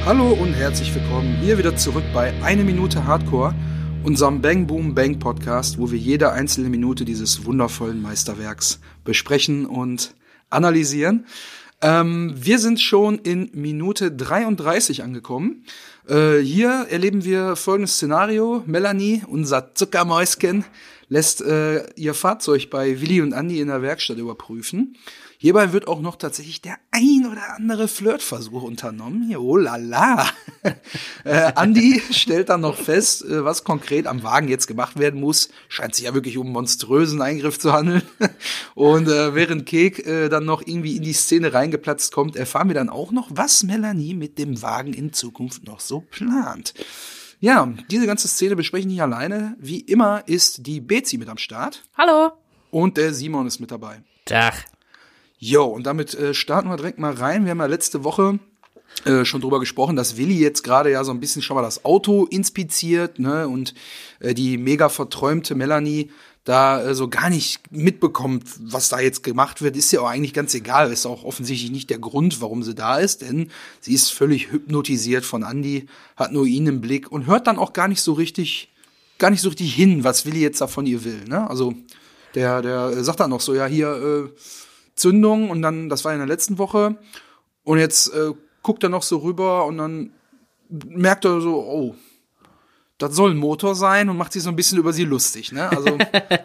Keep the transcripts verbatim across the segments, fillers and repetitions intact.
Hallo und herzlich willkommen hier wieder zurück bei Eine Minute Hardcore, unserem Bang Boom Bang Podcast, wo wir jede einzelne Minute dieses wundervollen Meisterwerks besprechen und analysieren. Ähm, wir sind schon in Minute dreiunddreißig angekommen. Äh, hier erleben wir folgendes Szenario. Melanie, unser Zuckermäuschen, lässt äh, ihr Fahrzeug bei Willi und Andi in der Werkstatt überprüfen. Hierbei wird auch noch tatsächlich der ein oder andere Flirtversuch unternommen. Oh la la. äh, Andi stellt dann noch fest, äh, was konkret am Wagen jetzt gemacht werden muss. Scheint sich ja wirklich um einen monströsen Eingriff zu handeln. Und äh, während Kek äh, dann noch irgendwie in die Szene reingeplatzt kommt, erfahren wir dann auch noch, was Melanie mit dem Wagen in Zukunft noch so plant. Ja, diese ganze Szene bespreche ich nicht alleine. Wie immer ist die Bezi mit am Start. Hallo. Und der Simon ist mit dabei. Tag. Jo, und damit äh, starten wir direkt mal rein. Wir haben ja letzte Woche äh, schon drüber gesprochen, dass Willi jetzt gerade ja so ein bisschen schon mal das Auto inspiziert, ne, und äh, die mega verträumte Melanie da äh, so gar nicht mitbekommt, was da jetzt gemacht wird. Ist ja auch eigentlich ganz egal. Ist auch offensichtlich nicht der Grund, warum sie da ist, denn sie ist völlig hypnotisiert von Andi, hat nur ihn im Blick und hört dann auch gar nicht so richtig, gar nicht so richtig hin, was Willi jetzt da von ihr will, ne? Also der, der sagt dann noch so, ja, hier, äh, Zündung, und dann, das war in der letzten Woche, und jetzt äh, guckt er noch so rüber und dann merkt er so, oh, das soll ein Motor sein, und macht sich so ein bisschen über sie lustig, ne? Also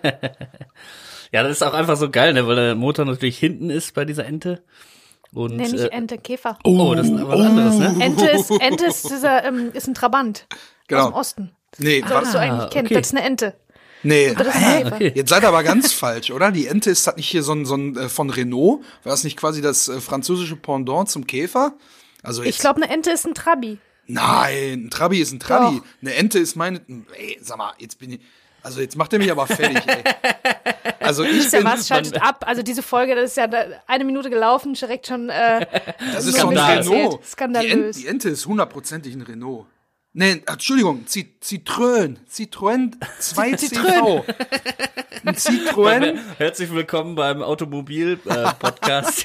ja, das ist auch einfach so geil, ne, weil der Motor natürlich hinten ist bei dieser Ente. Und, Nenn ich äh, Ente, Käfer. Oh, das ist aber was oh. anderes, ne? Ente ist, Ente ist, dieser, ähm, ist ein Trabant Genau. aus dem Osten. nee, Solltest was? du eigentlich kennen. okay. Das ist eine Ente. Nee, Das ist ein hä? Käfer. Okay. Jetzt seid ihr aber ganz falsch, oder? Die Ente ist das nicht hier so ein, so ein äh, von Renault? War das nicht quasi das äh, französische Pendant zum Käfer? Also jetzt, Ich glaube, eine Ente ist ein Trabi. Nein, ein Trabi ist ein Trabi. Doch. Eine Ente ist meine. Ey, sag mal, jetzt bin ich. Also jetzt macht er mich aber fertig, ey. Also ich Ist ja bin. was, schaltet ab. Also diese Folge, das ist ja da- eine Minute gelaufen, direkt schon äh, Das ist so doch ein Skandal. Renault. erzählt. Skandalös. Die, Ente, die Ente ist hundertprozentig ein Renault. Nee, Entschuldigung, Zit- Citroën. Citroën zwei C V. Ein Citroën. Herzlich willkommen beim Automobil-Podcast.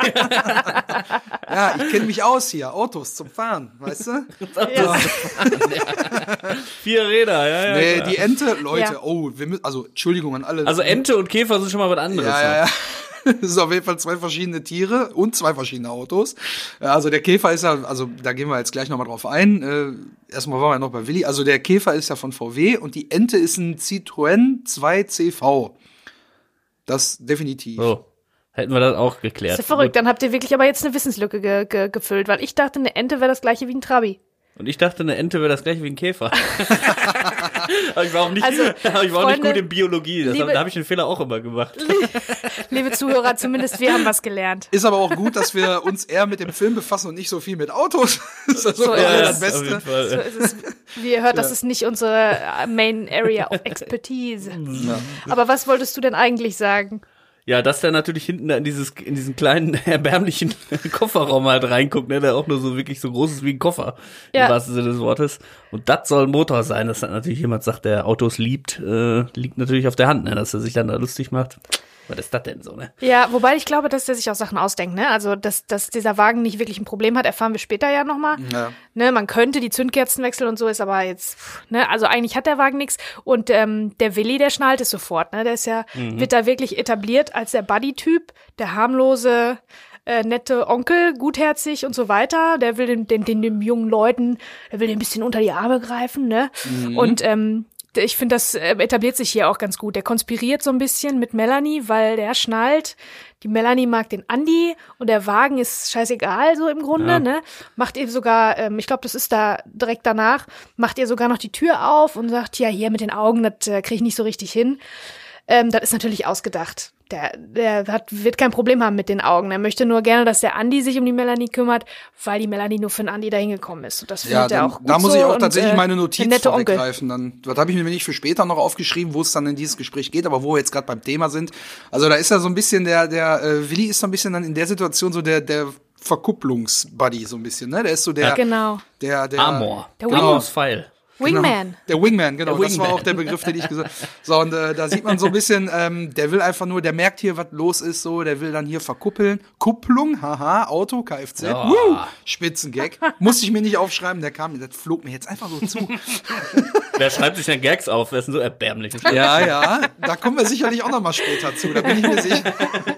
Ja, ich kenne mich aus hier. Autos zum Fahren, weißt du? Ja. Vier Räder, ja, ja. Nee, klar. die Ente, Leute, Ja. oh, wir müssen, also Entschuldigung an alle. Also Ente und Käfer sind schon mal was anderes. Ja, ja, ja. Das ist auf jeden Fall zwei verschiedene Tiere und zwei verschiedene Autos. Ja, also der Käfer ist ja, also da gehen wir jetzt gleich nochmal drauf ein. Äh, erstmal waren wir noch bei Willi. Also der Käfer ist ja von V W und die Ente ist ein Citroën zwei C V. Das definitiv. So, hätten wir das auch Das geklärt. ist ja verrückt. Dann habt ihr wirklich aber jetzt eine Wissenslücke ge ge gefüllt, weil ich dachte, eine Ente wäre das gleiche wie ein Trabi. Und ich dachte, eine Ente wäre das gleiche wie ein Käfer. Aber ich war auch nicht, Also, aber ich war auch nicht Freunde, gut in Biologie. Das, liebe- da habe ich den Fehler auch immer gemacht. Liebe Zuhörer, zumindest wir haben was gelernt. Ist aber auch gut, dass wir uns eher mit dem Film befassen und nicht so viel mit Autos. Das ist also So so ist das es. auf jeden Beste. Fall. So ist es. Wie ihr hört, das ist nicht unsere äh, Main Area of Expertise. Aber was wolltest du denn eigentlich sagen? Ja, dass der natürlich hinten da in dieses in diesen kleinen erbärmlichen Kofferraum halt reinguckt, ne, der auch nur so wirklich so groß ist wie ein Koffer, Ja. im wahrsten Sinne des Wortes. Und das soll ein Motor sein, dass dann natürlich jemand sagt, der Autos liebt, äh, liegt natürlich auf der Hand, ne, dass er sich dann da lustig macht. Was ist das denn so, ne? Ja, wobei ich glaube, dass der sich auch Sachen ausdenkt, ne? Also, dass, dass dieser Wagen nicht wirklich ein Problem hat, erfahren wir später ja nochmal. Ja. Ne, man könnte die Zündkerzen wechseln und so, ist aber jetzt, pff, ne, also eigentlich hat der Wagen nichts. Und ähm, der Willi, der schnallt es sofort, ne? Der ist ja, wird da wirklich etabliert als der Buddy-Typ, der harmlose, äh, nette Onkel, gutherzig und so weiter. Der will den, den, den, den jungen Leuten, der will den ein bisschen unter die Arme greifen, ne? Und ähm, ich finde, das äh, etabliert sich hier auch ganz gut. Der konspiriert so ein bisschen mit Melanie, weil der schnallt. Die Melanie mag den Andi und der Wagen ist scheißegal, so im Grunde, Ja. ne? Macht ihr sogar, ähm, ich glaube, das ist da direkt danach, macht ihr sogar noch die Tür auf und sagt, ja, hier mit den Augen, das äh, kriege ich nicht so richtig hin. Ähm, das ist natürlich ausgedacht. Der, der hat, wird kein Problem haben mit den Augen. Er möchte nur gerne, dass der Andi sich um die Melanie kümmert, weil die Melanie nur für den Andi dahin gekommen ist. Und das Ja, findet er dann, auch gut da muss so ich auch und, tatsächlich äh, meine der Notiz nette Onkel. vorweggreifen. Dann, das habe ich mir nicht für später noch aufgeschrieben, wo es dann in dieses Gespräch geht, aber wo wir jetzt gerade beim Thema sind. Also da ist ja so ein bisschen der, der äh, Willi ist so ein bisschen dann in der Situation so der, der Verkupplungs-Buddy so ein bisschen, ne? Der ist so der, Ja. Genau. der, der Amor. Der Genau. Winnie. Aus Pfeil. Wingman. Genau. Der Wingman, genau. Der Das war Wingman. auch der Begriff, den ich gesagt habe. So, und äh, da sieht man so ein bisschen, ähm, der will einfach nur, der merkt hier, was los ist, so, der will dann hier verkuppeln. Kupplung, haha, Auto, Kfz. Ja. Woo, Spitzengag. Musste ich mir nicht aufschreiben, der kam, das flog mir jetzt einfach so zu. Wer schreibt sich denn Gags auf? Wer ist denn so erbärmlich? Ja, ja, da kommen wir sicherlich auch noch mal später zu, da bin ich mir sicher.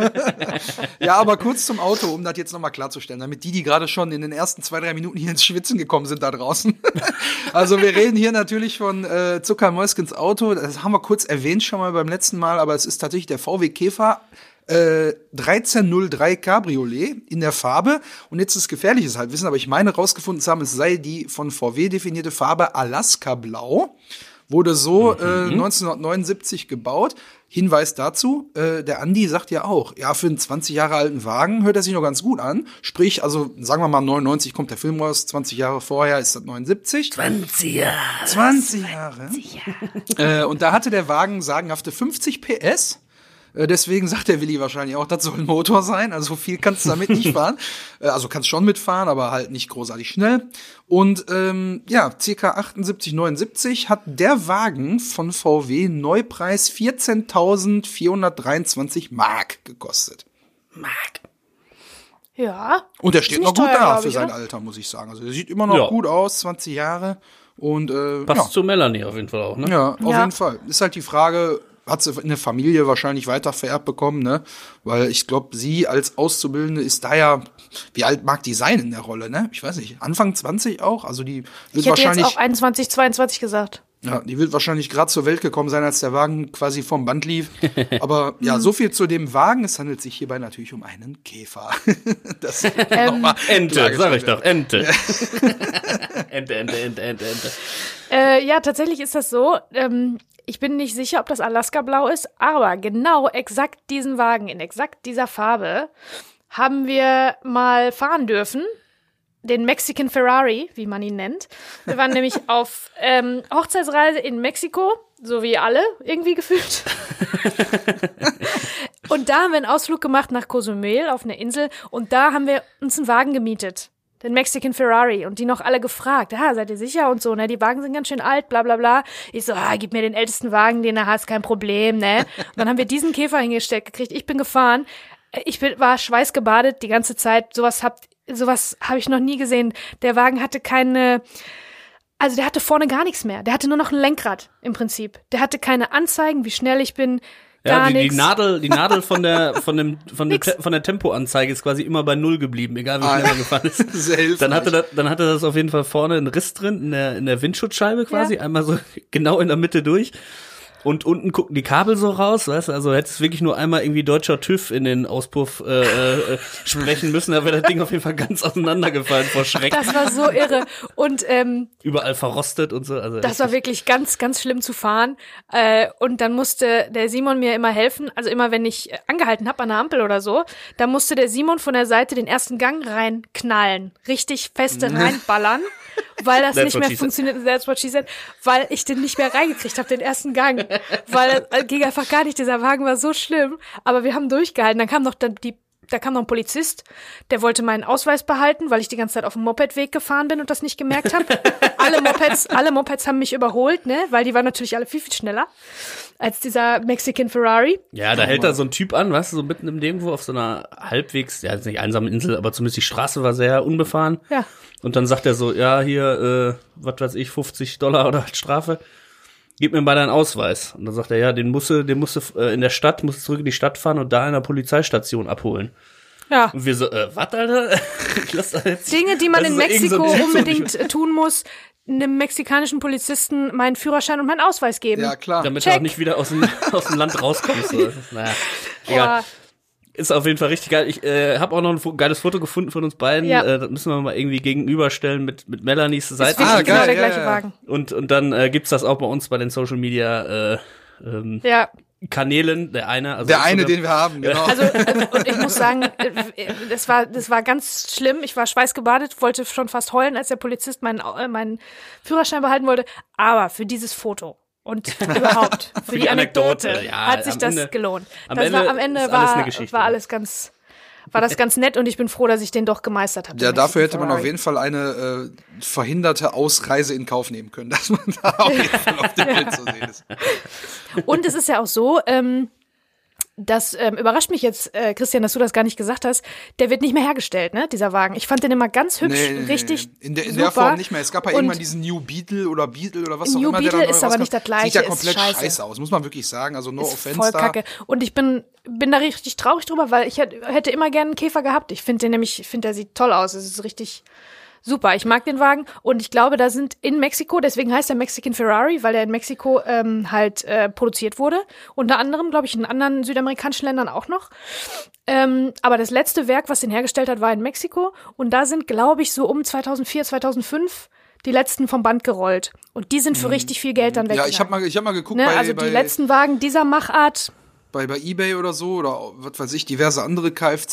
Ja, aber kurz zum Auto, um das jetzt noch mal klarzustellen, damit die, die gerade schon in den ersten zwei, drei Minuten hier ins Schwitzen gekommen sind da draußen. Also wir reden hier natürlich von äh, Zuckermäuskens Auto, das haben wir kurz erwähnt schon mal beim letzten Mal, aber es ist tatsächlich der V W Käfer äh, dreizehn null drei Cabriolet in der Farbe. Und jetzt ist gefährliches Halbwissen, aber ich meine rausgefunden zu haben, es sei die von V W definierte Farbe Alaska Blau. Wurde so mhm. äh, neunzehnhundertneunundsiebzig gebaut. Hinweis dazu, äh, der Andi sagt ja auch, ja, für einen zwanzig Jahre alten Wagen hört er sich noch ganz gut an. Sprich, also sagen wir mal neunundneunzig kommt der Film raus, zwanzig Jahre vorher ist das neunundsiebzig. zwanzig Jahre. zwanzig Jahre. Äh, und da hatte der Wagen sagenhafte fünfzig P S. Äh, deswegen sagt der Willi wahrscheinlich auch, das soll ein Motor sein. Also viel kannst du damit nicht fahren. Äh, also kannst schon mitfahren, aber halt nicht großartig schnell. Und ähm, ja, ca. achtundsiebzig, neunundsiebzig hat der Wagen von V W Neupreis vierzehntausendvierhundertdreiundzwanzig Mark gekostet. Mark. Ja. Und der steht noch gut teuer, da glaub für ich, sein oder? Alter, muss ich sagen. Also der sieht immer noch Ja. gut aus, zwanzig Jahre. Und äh, Passt ja. zu Melanie auf jeden Fall auch, ne? Ja, auf Ja. jeden Fall. Ist halt die Frage, hat sie in der Familie wahrscheinlich weiter vererbt bekommen, ne? Weil ich glaube, sie als Auszubildende ist da ja, wie alt mag die sein in der Rolle, ne? Ich weiß nicht, Anfang zwanzig auch? Also die wird Ich hätte wahrscheinlich, jetzt auch einundzwanzig, zweiundzwanzig gesagt. ja, die wird wahrscheinlich gerade zur Welt gekommen sein, als der Wagen quasi vom Band lief. Aber ja, so viel zu dem Wagen. Es handelt sich hierbei natürlich um einen Käfer. Das Ähm, nochmal Ente, sag ich klargestellt doch, Ente. Ente, Ente, Ente, Ente, Ente. Äh, ja, tatsächlich ist das so. Ähm, ich bin nicht sicher, ob das Alaska Blau ist, aber genau exakt diesen Wagen in exakt dieser Farbe haben wir mal fahren dürfen. Den Mexican Ferrari, wie man ihn nennt. Wir waren nämlich auf ähm, Hochzeitsreise in Mexiko, so wie alle irgendwie gefühlt. Und da haben wir einen Ausflug gemacht nach Cozumel auf eine Insel und da haben wir uns einen Wagen gemietet. Den Mexican Ferrari und die noch alle gefragt, ah, seid ihr sicher und so, ne, die Wagen sind ganz schön alt, bla bla bla. Ich so, ah, gib mir den ältesten Wagen, den du hast, kein Problem, ne. Und dann haben wir diesen Käfer hingestellt gekriegt, ich bin gefahren, ich bin, war schweißgebadet die ganze Zeit, sowas habt, sowas habe ich noch nie gesehen. Der Wagen hatte keine, also der hatte vorne gar nichts mehr, der hatte nur noch ein Lenkrad im Prinzip. Der hatte keine Anzeigen, wie schnell ich bin, Ja, gar die, die nichts. Nadel, die Nadel von der, von dem, von, dem, Nix. von der Tempoanzeige ist quasi immer bei Null geblieben, egal wie Ah, schnell ja. er gefahren ist. Sehr hilfreich. Dann hatte das, dann hatte das auf jeden Fall vorne einen Riss drin, in der, in der Windschutzscheibe quasi, Ja. einmal so genau in der Mitte durch. Und unten gucken die Kabel so raus, weißt du, also hättest wirklich nur einmal irgendwie deutscher TÜV in den Auspuff äh, äh, sprechen müssen, da wäre das Ding auf jeden Fall ganz auseinandergefallen vor Schreck. Das war so irre. Und ähm, Überall verrostet und so. Also das war wirklich ganz, ganz schlimm zu fahren. Äh, und dann musste der Simon mir immer helfen. Also immer, wenn ich äh, angehalten habe an der Ampel oder so, da musste der Simon von der Seite den ersten Gang reinknallen. Richtig feste reinballern. Weil das That's nicht what mehr she said. funktioniert, that's what she said, weil ich den nicht mehr reingekriegt habe, den ersten Gang. Weil das ging einfach gar nicht, dieser Wagen war so schlimm. Aber wir haben durchgehalten. Dann kam noch dann die Da kam noch ein Polizist, der wollte meinen Ausweis behalten, weil ich die ganze Zeit auf dem Mopedweg gefahren bin und das nicht gemerkt habe. alle Mopeds, alle Mopeds haben mich überholt, ne, weil die waren natürlich alle viel, viel schneller als dieser Mexican Ferrari. Ja, da hält da so ein Typ an, weißt du, so mitten im Nirgendwo auf so einer halbwegs, ja, jetzt nicht einsamen Insel, aber zumindest die Straße war sehr unbefahren. Ja. Und dann sagt er so, ja, hier, äh, was weiß ich, fünfzig Dollar oder Strafe. Gib mir mal deinen Ausweis. Und dann sagt er, ja, den musst du, den musst du äh, in der Stadt, musst du zurück in die Stadt fahren und da in der Polizeistation abholen. Ja. Und wir so, äh, was, Alter? Lass da jetzt, Dinge, die man das in ist so irgend so Mexiko ein- unbedingt äh, tun muss, einem mexikanischen Polizisten meinen Führerschein und meinen Ausweis geben. Ja, klar. damit Check. du auch nicht wieder aus dem, aus dem Land rauskommst. So. Das ist, naja, egal. Boah. Ist auf jeden Fall richtig geil. Ich äh, habe auch noch ein fo- geiles Foto gefunden von uns beiden. Ja. Äh, das müssen wir mal irgendwie gegenüberstellen mit mit Melanies Ist Seite. wirklich Ah, genau geil, der ja, gleiche ja. Wagen. Und und dann äh, gibt's das auch bei uns bei den Social Media äh, ähm, Ja. Kanälen. Der eine, also Der eine, Instagram- den wir haben, genau. Also, also und ich muss sagen, äh, das war das war ganz schlimm. Ich war schweißgebadet, wollte schon fast heulen, als der Polizist meinen äh, meinen Führerschein behalten wollte. Aber für dieses Foto und überhaupt für, die, die Anekdote, Anekdote, ja, hat sich am das Ende- gelohnt. am Das Ende war am Ende ist alles war eine Geschichte. war alles ganz war das ganz nett und ich bin froh, dass ich den doch gemeistert habe. Ja, dafür hätte man auf jeden Fall eine äh, verhinderte Ausreise in Kauf nehmen können, dass man da auf jeden Fall auf dem Bild zu sehen ist. Und es ist ja auch so, ähm, das ähm, überrascht mich jetzt, äh, Christian, dass du das gar nicht gesagt hast. Der wird nicht mehr hergestellt, ne, dieser Wagen. Ich fand den immer ganz hübsch, nee, nee, richtig nee. In, der, in super. der Form nicht mehr. Es gab ja und irgendwann diesen New Beetle oder Beetle oder was auch New immer. Beetle der da ist neu aber rauskam. nicht das Gleiche, Sieht ja ist komplett scheiße. scheiße aus, muss man wirklich sagen. Also no ist offense voll da. kacke. Und ich bin, bin da richtig traurig drüber, weil ich hätte, hätte immer gerne einen Käfer gehabt. Ich finde den nämlich, ich finde, der sieht toll aus. Es ist richtig super. Ich mag den Wagen und ich glaube, da sind in Mexiko, deswegen heißt er Mexican Ferrari, weil er in Mexiko ähm, halt äh, produziert wurde. Unter anderem, glaube ich, in anderen südamerikanischen Ländern auch noch. Ähm, aber das letzte Werk, was den hergestellt hat, war in Mexiko. Und da sind, glaube ich, so um zweitausendvier, zweitausendfünf die letzten vom Band gerollt. Und die sind für richtig viel Geld dann weggegangen. Ja, ich habe mal, ich hab mal geguckt ne? bei, Also bei die letzten Wagen dieser Machart. Bei, bei eBay oder so oder was weiß ich, diverse andere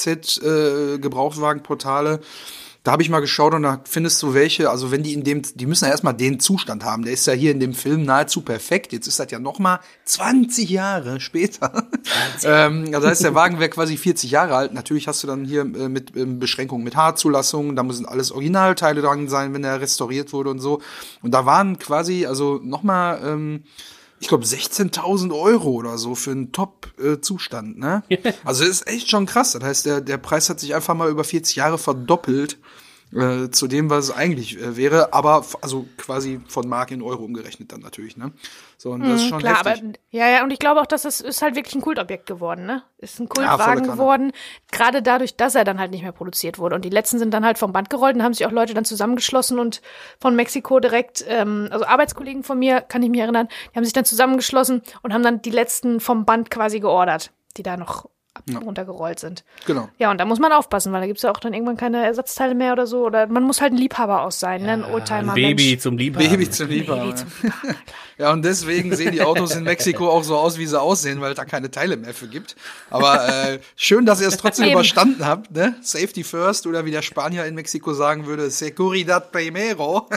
Kfz-Gebrauchtwagenportale. Da habe ich mal geschaut und da findest du welche, also wenn die in dem, die müssen ja erstmal den Zustand haben. Der ist ja hier in dem Film nahezu perfekt. Jetzt ist das ja noch mal zwanzig Jahre später. ähm, also da ist der Wagen wäre quasi vierzig Jahre alt. Natürlich hast du dann hier äh, mit ähm, Beschränkungen mit H-Zulassung. Da müssen alles Originalteile dran sein, wenn er restauriert wurde und so. Und da waren quasi, also noch mal, ähm, ich glaube, sechzehntausend Euro oder so für einen Top-Zustand, ne? Also das ist echt schon krass. Das heißt, der, der Preis hat sich einfach mal über vierzig Jahre verdoppelt äh, zu dem, was es eigentlich äh, wäre. Aber f- also quasi von Mark in Euro umgerechnet dann natürlich, ne? So, und das ist schon Klar, heftig. aber ja, ja, und ich glaube auch, dass es ist halt wirklich ein Kultobjekt geworden, ne? Ist ein Ja, volle Kultwagen Kanne. geworden, gerade dadurch, dass er dann halt nicht mehr produziert wurde. Und die letzten sind dann halt vom Band gerollt und haben sich auch Leute dann zusammengeschlossen und von Mexiko direkt, ähm, also Arbeitskollegen von mir, kann ich mich erinnern, die haben sich dann zusammengeschlossen und haben dann die letzten vom Band quasi geordert, die da noch ab- Ja. runtergerollt sind. Genau. Ja, und da muss man aufpassen, weil da gibt's ja auch dann irgendwann keine Ersatzteile mehr oder so. Oder man muss halt ein Liebhaber aus sein, ne? Ein Oldtimer. Ein Baby Mensch. zum Liebhaben. Baby zum Liebhaber. Baby zum Liebhaber. Ja, und deswegen sehen die Autos in Mexiko auch so aus, wie sie aussehen, weil es da keine Teile mehr für gibt. Aber äh, schön, dass ihr es trotzdem Eben. überstanden habt, ne? Safety first oder wie der Spanier in Mexiko sagen würde, Seguridad primero.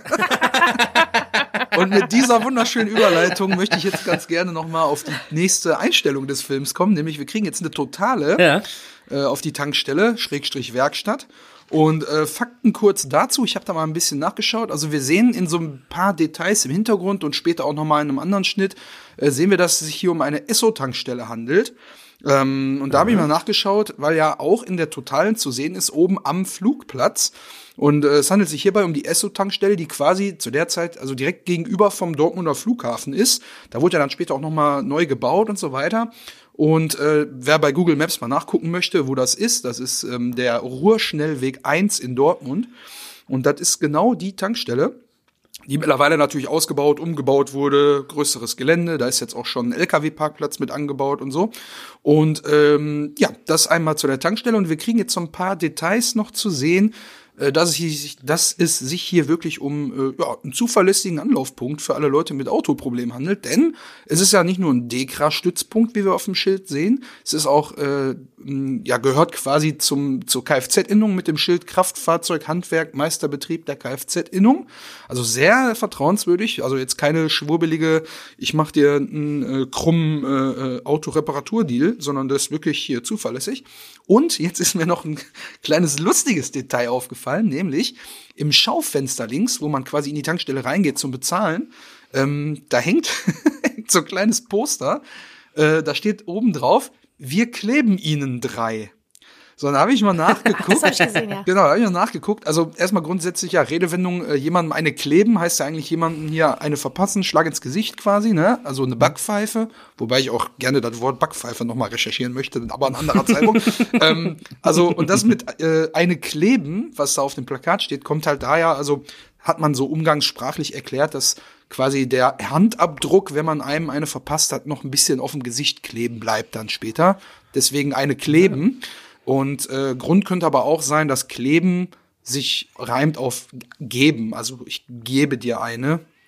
Und mit dieser wunderschönen Überleitung möchte ich jetzt ganz gerne nochmal auf die nächste Einstellung des Films kommen, nämlich wir kriegen jetzt eine Totale Ja. äh, auf die Tankstelle, Schrägstrich Werkstatt. Und äh, Fakten kurz dazu, ich habe da mal ein bisschen nachgeschaut. Also wir sehen in so ein paar Details im Hintergrund und später auch nochmal in einem anderen Schnitt, äh, sehen wir, dass es sich hier um eine Esso-Tankstelle handelt. Ähm, und da habe ich mal nachgeschaut, weil ja auch in der Totalen zu sehen ist, oben am Flugplatz. Und äh, es handelt sich hierbei um die Esso-Tankstelle, die quasi zu der Zeit, also direkt gegenüber vom Dortmunder Flughafen ist. Da wurde ja dann später auch nochmal neu gebaut und so weiter. Und äh, wer bei Google Maps mal nachgucken möchte, wo das ist, das ist ähm, der Ruhrschnellweg eins in Dortmund. Und das ist genau die Tankstelle, die mittlerweile natürlich ausgebaut, umgebaut wurde, größeres Gelände, da ist jetzt auch schon ein L K W-Parkplatz mit angebaut und so. Und ähm, ja, das einmal zu der Tankstelle und wir kriegen jetzt so ein paar Details noch zu sehen, äh, dass es, sich, dass es sich hier wirklich um äh, ja, einen zuverlässigen Anlaufpunkt für alle Leute mit Autoproblemen handelt, denn es ist ja nicht nur ein Dekra-Stützpunkt, wie wir auf dem Schild sehen, es ist auch, äh, mh, ja, gehört quasi zum zur Kfz-Innung mit dem Schild Kraftfahrzeug, Handwerk, Meisterbetrieb der Kfz-Innung. Also sehr vertrauenswürdig, also jetzt keine schwurbelige, ich mach dir einen äh, krummen äh, Autoreparaturdeal, sondern das ist wirklich hier zuverlässig. Und jetzt ist mir noch ein kleines lustiges Detail aufgefallen, nämlich im Schaufenster links, wo man quasi in die Tankstelle reingeht zum Bezahlen, ähm, da hängt so ein kleines Poster, äh, da steht oben drauf, wir kleben Ihnen drei. So, dann habe ich mal nachgeguckt. Das habe ich gesehen, ja. Genau, da habe ich mal nachgeguckt. Also erstmal grundsätzlich, ja, Redewendung, äh, jemandem eine kleben, heißt ja eigentlich jemandem hier eine verpassen, Schlag ins Gesicht quasi, ne? Also eine Backpfeife, wobei ich auch gerne das Wort Backpfeife nochmal recherchieren möchte, aber an anderer Zeitpunkt. ähm, also, und das mit äh, eine kleben, was da auf dem Plakat steht, kommt halt daher, also hat man so umgangssprachlich erklärt, dass quasi der Handabdruck, wenn man einem eine verpasst hat, noch ein bisschen auf dem Gesicht kleben bleibt dann später. Deswegen eine kleben. Und äh, Grund könnte aber auch sein, dass kleben sich reimt auf geben. Also ich gebe dir eine.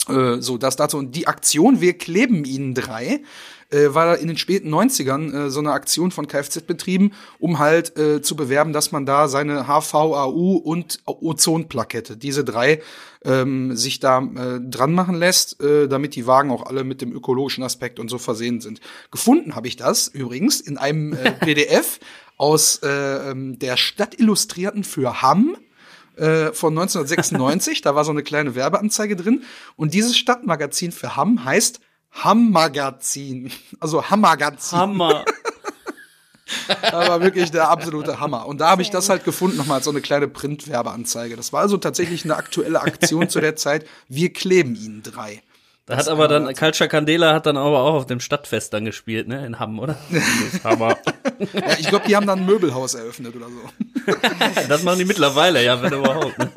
Äh, so, das dazu. Und die Aktion, wir kleben ihnen drei, äh, war in den späten neunzigern äh, so eine Aktion von Kfz betrieben, um halt äh, zu bewerben, dass man da seine H V, A U und Ozonplakette, diese drei, ähm, sich da äh, dran machen lässt, äh, damit die Wagen auch alle mit dem ökologischen Aspekt und so versehen sind. Gefunden habe ich das übrigens in einem äh, P D F aus äh, der Stadtillustrierten für Hamm äh, von neunzehnhundertsechsundneunzig. Da war so eine kleine Werbeanzeige drin. Und dieses Stadtmagazin für Hamm heißt Hamm-Magazin. Also Hamm-Magazin. Hammer. Das war wirklich der absolute Hammer. Und da habe ich das halt gefunden, nochmal als so eine kleine Print-Werbeanzeige. Das war also tatsächlich eine aktuelle Aktion zu der Zeit. Wir kleben ihnen drei. Da hat aber dann, Culture Candela hat dann aber auch auf dem Stadtfest dann gespielt, ne, in Hamm, oder? Das ist Hammer. Ja, ich glaube, die haben dann ein Möbelhaus eröffnet oder so. Das machen die mittlerweile, ja, wenn überhaupt, ne?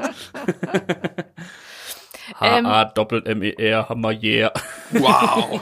Ähm, H A doppelt M E R, Hammer, yeah. Wow.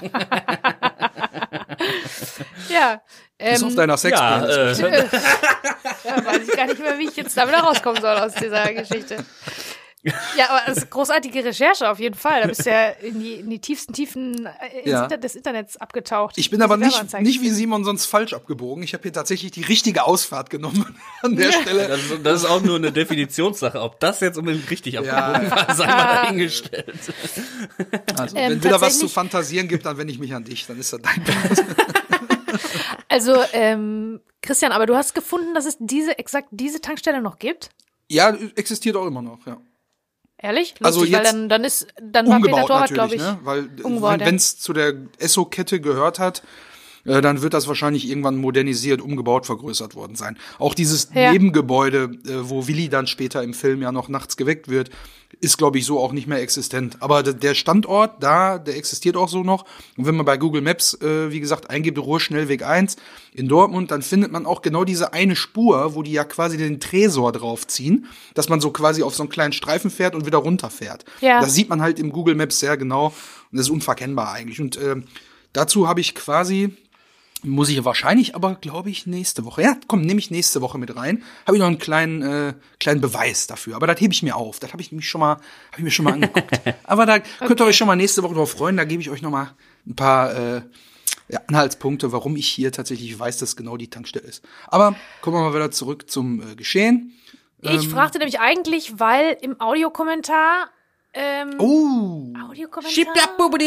Ja. Ist Ähm, auf deiner Ja, Sexplaylist. äh, ja, weiß ich gar nicht mehr, wie ich jetzt da wieder rauskommen soll aus dieser Geschichte. Ja, aber das ist großartige Recherche auf jeden Fall. Da bist du ja in die, in die tiefsten Tiefen äh, Ja. Inter- des Internets abgetaucht. Ich bin aber Diese nicht, Werbeanzeigen. nicht wie Simon sonst falsch abgebogen. Ich habe hier tatsächlich die richtige Ausfahrt genommen an der Stelle. das, ist- das ist auch nur eine Definitionssache. Ob das jetzt unbedingt richtig abgebogen Ja. war, sei mal dahingestellt. Also, Ähm, wenn wieder was zu tatsächlich- fantasieren gibt, dann wende ich mich an dich. Dann ist das dein Part. Also, ähm, Christian, aber du hast gefunden, dass es diese, exakt diese Tankstelle noch gibt? Ja, existiert auch immer noch, ja. Ehrlich? Lustig, Also weil jetzt dann, dann ist, dann war Peter Umgebaut Torwart, natürlich, glaube ich. ne? Weil umgebaut, ja. wenn es zu der Esso-Kette gehört hat, äh, dann wird das wahrscheinlich irgendwann modernisiert, umgebaut, vergrößert worden sein. Auch dieses Ja. Nebengebäude, äh, wo Willi dann später im Film ja noch nachts geweckt wird, ist, glaube ich, so auch nicht mehr existent. Aber d- der Standort da, der existiert auch so noch. Und wenn man bei Google Maps, äh, wie gesagt, eingibt, Ruhrschnellweg eins in Dortmund, dann findet man auch genau diese eine Spur, wo die ja quasi den Tresor draufziehen, dass man so quasi auf so einen kleinen Streifen fährt und wieder runterfährt. Ja. Das sieht man halt im Google Maps sehr genau. Und das ist unverkennbar eigentlich. Und äh, dazu habe ich quasi, muss ich wahrscheinlich aber, glaube ich, nächste Woche. Ja, komm, nehme ich nächste Woche mit rein. Habe ich noch einen kleinen äh, kleinen Beweis dafür. Aber das hebe ich mir auf. Das habe ich mich schon mal, habe ich mir schon mal angeguckt. Aber da könnt ihr euch schon mal nächste Woche drauf freuen. Da gebe ich euch noch mal ein paar äh, ja, Anhaltspunkte, warum ich hier tatsächlich weiß, dass genau die Tankstelle ist. Aber kommen wir mal wieder zurück zum äh, Geschehen. Ich fragte nämlich eigentlich, weil im Audiokommentar ähm, Oh, Audiokommentar?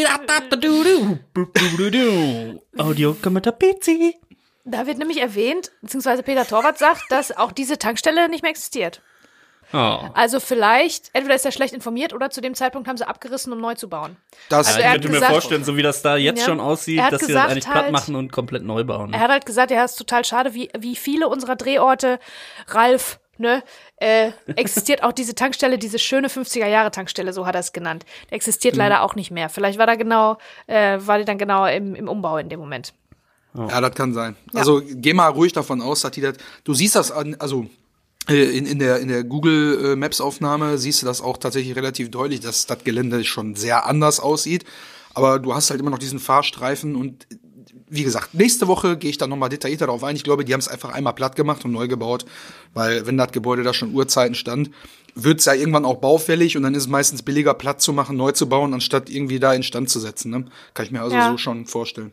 Audiokommentar Pizzi. Da wird nämlich erwähnt, beziehungsweise Peter Torwart sagt, dass auch diese Tankstelle nicht mehr existiert. Oh. Also vielleicht, entweder ist er schlecht informiert oder zu dem Zeitpunkt haben sie abgerissen, um neu zu bauen. das Also ich er hat könnte mir gesagt- vorstellen, so wie das da jetzt Ja. schon aussieht, Er hat dass sie gesagt das eigentlich halt- platt machen und komplett neu bauen. Er hat halt gesagt, er ist total schade, wie, wie viele unserer Drehorte, Ralf, ne, äh, existiert auch diese Tankstelle, diese schöne fünfziger-Jahre-Tankstelle, so hat er es genannt. Die existiert Mhm. leider auch nicht mehr. Vielleicht war da genau, äh, war die dann genau im, im Umbau in dem Moment. Ja, das kann sein. Also geh mal ruhig davon aus, dass die das. Du siehst das an, also äh, in, in der in der Google äh, Maps Aufnahme siehst du das auch tatsächlich relativ deutlich, dass das Gelände schon sehr anders aussieht. Aber du hast halt immer noch diesen Fahrstreifen und äh, wie gesagt, nächste Woche gehe ich dann nochmal detaillierter darauf ein. Ich glaube, die haben es einfach einmal platt gemacht und neu gebaut, weil wenn das Gebäude da schon Urzeiten stand, wird es ja irgendwann auch baufällig und dann ist es meistens billiger, platt zu machen, neu zu bauen, anstatt irgendwie da instand zu setzen. Ne? Kann ich mir also Ja. so schon vorstellen.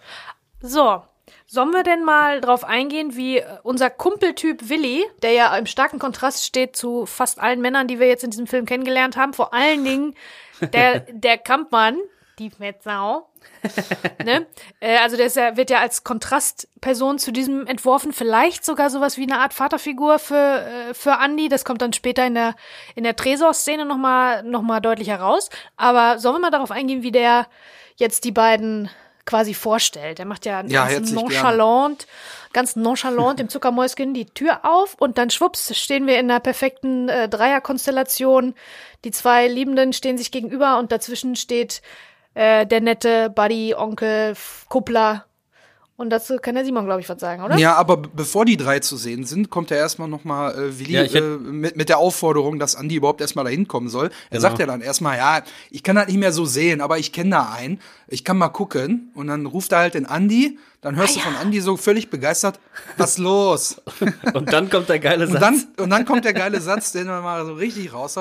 So, sollen wir denn mal drauf eingehen, wie äh, unser Kumpeltyp Willi, der ja im starken Kontrast steht zu fast allen Männern, die wir jetzt in diesem Film kennengelernt haben, vor allen Dingen der, der Kampmann, die Fettsau, ne? Äh, also der ist ja, wird ja als Kontrastperson zu diesem entworfen, vielleicht sogar sowas wie eine Art Vaterfigur für, äh, für Andy. Das kommt dann später in der, in der Tresor-Szene noch mal, noch mal deutlich heraus. Aber sollen wir mal darauf eingehen, wie der jetzt die beiden quasi vorstellt. Er macht ja, Ja, ganz herzlich nonchalant, ganz nonchalant im Zuckermäuschen die Tür auf und dann schwupps stehen wir in einer perfekten äh, Dreierkonstellation. Die zwei Liebenden stehen sich gegenüber und dazwischen steht äh, der nette Buddy, Onkel, F- Kuppler. Und dazu kann der Simon, glaube ich, was sagen, oder? Ja, aber b- bevor die drei zu sehen sind, kommt er erstmal nochmal äh, Willi Ja, ich äh, hätt- mit, mit der Aufforderung, dass Andi überhaupt erstmal dahin kommen soll. Er Genau. sagt ja dann erstmal, ja, ich kann das nicht mehr so sehen, aber ich kenne da einen, ich kann mal gucken. Und dann ruft er halt den Andi, dann hörst Ah, du ja. von Andi so völlig begeistert, was los? Und dann kommt der geile Satz. Und dann, und dann kommt der geile Satz, den man mal so richtig raushaut.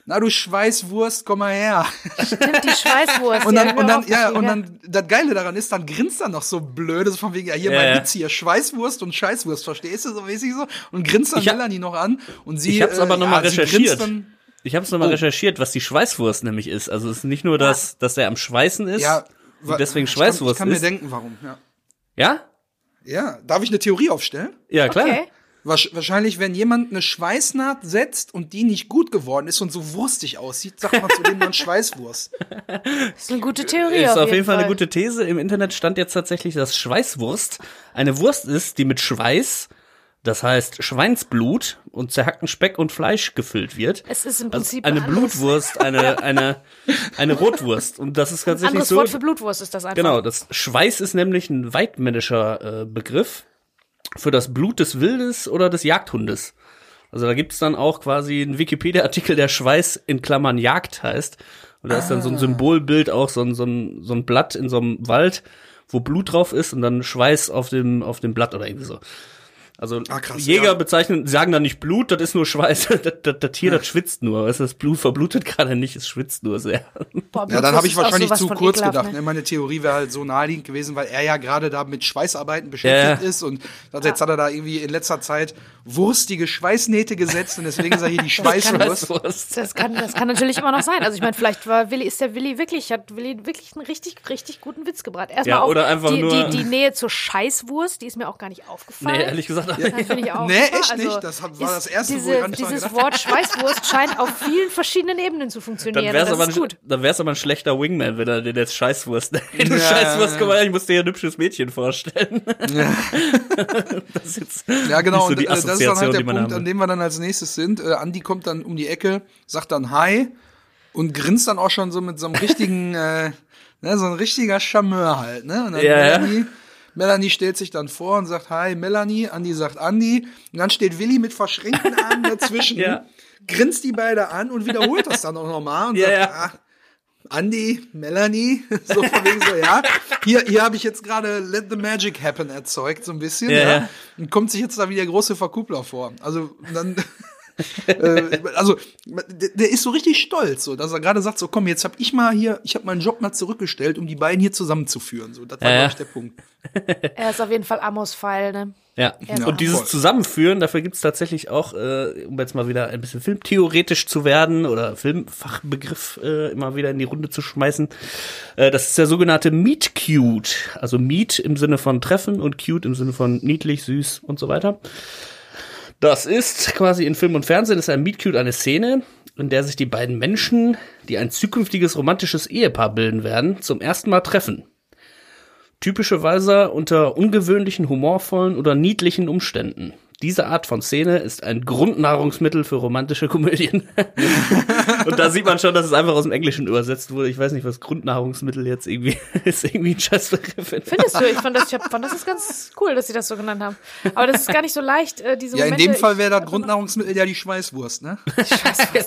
na du Schweißwurst, komm mal her. Stimmt, die Schweißwurst. Und die dann, hab ich und mir dann, ja, aufgeschrieben, und dann, das Geile daran ist, dann grinst er noch so blöd, so von wegen, ja, hier Ja, mein ja. Witz hier, Schweißwurst und Scheißwurst, verstehst du, so mäßig so, und grinst dann Ich hab- Melanie noch an, und sie, Ich hab's aber äh, noch mal ja, sie grinst recherchiert. Dann, Ich habe es nochmal Oh. recherchiert, was die Schweißwurst nämlich ist. Also es ist nicht nur, dass, dass er am Schweißen ist ja, und deswegen ich Schweißwurst kann, ich ist. kann mir denken, warum, ja. Ja? Ja, darf ich eine Theorie aufstellen? Ja, klar. Okay. Wasch- Wahrscheinlich, wenn jemand eine Schweißnaht setzt und die nicht gut geworden ist und so wurstig aussieht, sagt man zu dem dann Schweißwurst. Das ist eine gute Theorie. Ist auf, auf jeden Fall Fall eine gute These. Im Internet stand jetzt tatsächlich, dass Schweißwurst eine Wurst ist, die mit Schweiß, das heißt Schweinsblut und zerhackten Speck und Fleisch gefüllt wird. Es ist im Also Prinzip eine ein anderes- Blutwurst, eine, eine, eine Rotwurst. Und das ist tatsächlich Anderes so. Wort für Blutwurst ist das einfach. Genau, das Schweiß ist nämlich ein weidmännischer äh, Begriff für das Blut des Wildes oder des Jagdhundes. Also da gibt's dann auch quasi einen Wikipedia-Artikel, der Schweiß in Klammern Jagd heißt. Und da ist dann so ein Symbolbild, auch so ein, so ein, so ein Blatt in so einem Wald, wo Blut drauf ist und dann Schweiß auf dem, auf dem Blatt oder irgendwie so. Also Ah, krass, Jäger ja. bezeichnen, sagen dann nicht Blut, das ist nur Schweiß. Das, das, das Tier, das schwitzt nur. Weißt du, das Blut verblutet gerade nicht, es schwitzt nur sehr. Boah, Ja, dann habe ich Blutwurst ist auch wahrscheinlich sowas zu von kurz ekelhaft, gedacht. ne? Ne? Meine Theorie wäre halt so naheliegend gewesen, weil er ja gerade da mit Schweißarbeiten beschäftigt Ja. ist und das, jetzt hat er da irgendwie in letzter Zeit wurstige Schweißnähte gesetzt und deswegen ist er hier die Schweißwurst. Schweißwurst. Das kann, das kann natürlich immer noch sein. Also ich meine, vielleicht war Willi, ist der Willi wirklich, hat Willi wirklich einen richtig, richtig guten Witz gebracht. Erstmal Ja, auch oder einfach die, nur- die, die Nähe zur Scheißwurst, die ist mir auch gar nicht aufgefallen. Nee, ehrlich gesagt. Das finde ich auch Nee, super. echt Also nicht. Das hat- war ist das Erste, wo diese, ich an nicht dran Dieses gedacht Wort Schweißwurst scheint auf vielen verschiedenen Ebenen zu Dann funktionieren. wär's, Das aber ist ein, gut. dann wär's aber ein schlechter Wingman, wenn er den jetzt Scheißwurst nennt. Du Ja, Scheißwurst, ja, guck mal, ich muss dir ein hübsches Mädchen vorstellen. Das ist jetzt Ja, genau. nicht so Und die äh, das ist dann Assoziation, halt der die man Punkt, haben an dem wir dann als nächstes sind. Äh, Andi kommt dann um die Ecke, sagt dann Hi und grinst dann auch schon so mit so einem richtigen, äh, ne, so ein richtiger Charmeur halt, ne? Und dann Ja, ja. Melanie, Melanie stellt sich dann vor und sagt Hi, Melanie. Andi sagt Andi. Und dann steht Willi mit verschränkten Armen dazwischen, Ja. grinst die beide an und wiederholt das dann auch nochmal und Ja, sagt, ja. ah, Andi, Melanie, so von wegen so, ja, hier, hier habe ich jetzt gerade Let the Magic Happen erzeugt, so ein bisschen, Ja, ja, ja. und kommt sich jetzt da wie der große Verkuppler vor. Also, dann, äh, also, der, der ist so richtig stolz, so, dass er gerade sagt, so, komm, jetzt hab ich mal hier, ich habe meinen Job mal zurückgestellt, um die beiden hier zusammenzuführen, so, das war, Ja, glaube ja. ich, der Punkt. Er ist auf jeden Fall Amos-Pfeil, ne? Ja, Ja, und dieses voll. Zusammenführen, dafür gibt's tatsächlich auch, äh, um jetzt mal wieder ein bisschen filmtheoretisch zu werden oder Filmfachbegriff äh, immer wieder in die Runde zu schmeißen, äh, das ist der sogenannte Meet Cute. Also Meet im Sinne von Treffen und Cute im Sinne von niedlich, süß und so weiter. Das ist quasi in Film und Fernsehen ist ein Meet Cute eine Szene, in der sich die beiden Menschen, die ein zukünftiges romantisches Ehepaar bilden werden, zum ersten Mal treffen. Typischerweise unter ungewöhnlichen, humorvollen oder niedlichen Umständen. Diese Art von Szene ist ein Grundnahrungsmittel für romantische Komödien. Und da sieht man schon, dass es einfach aus dem Englischen übersetzt wurde. Ich weiß nicht, was Grundnahrungsmittel jetzt irgendwie ist. Irgendwie ein Scheißbegriff. Findest du? Ich fand das, ich hab, fand das ist ganz cool, dass sie das so genannt haben. Aber das ist gar nicht so leicht, äh, diese Ja, in Momente. dem Fall wäre das ich- Grundnahrungsmittel ja die Schweißwurst, ne? Schweißwurst.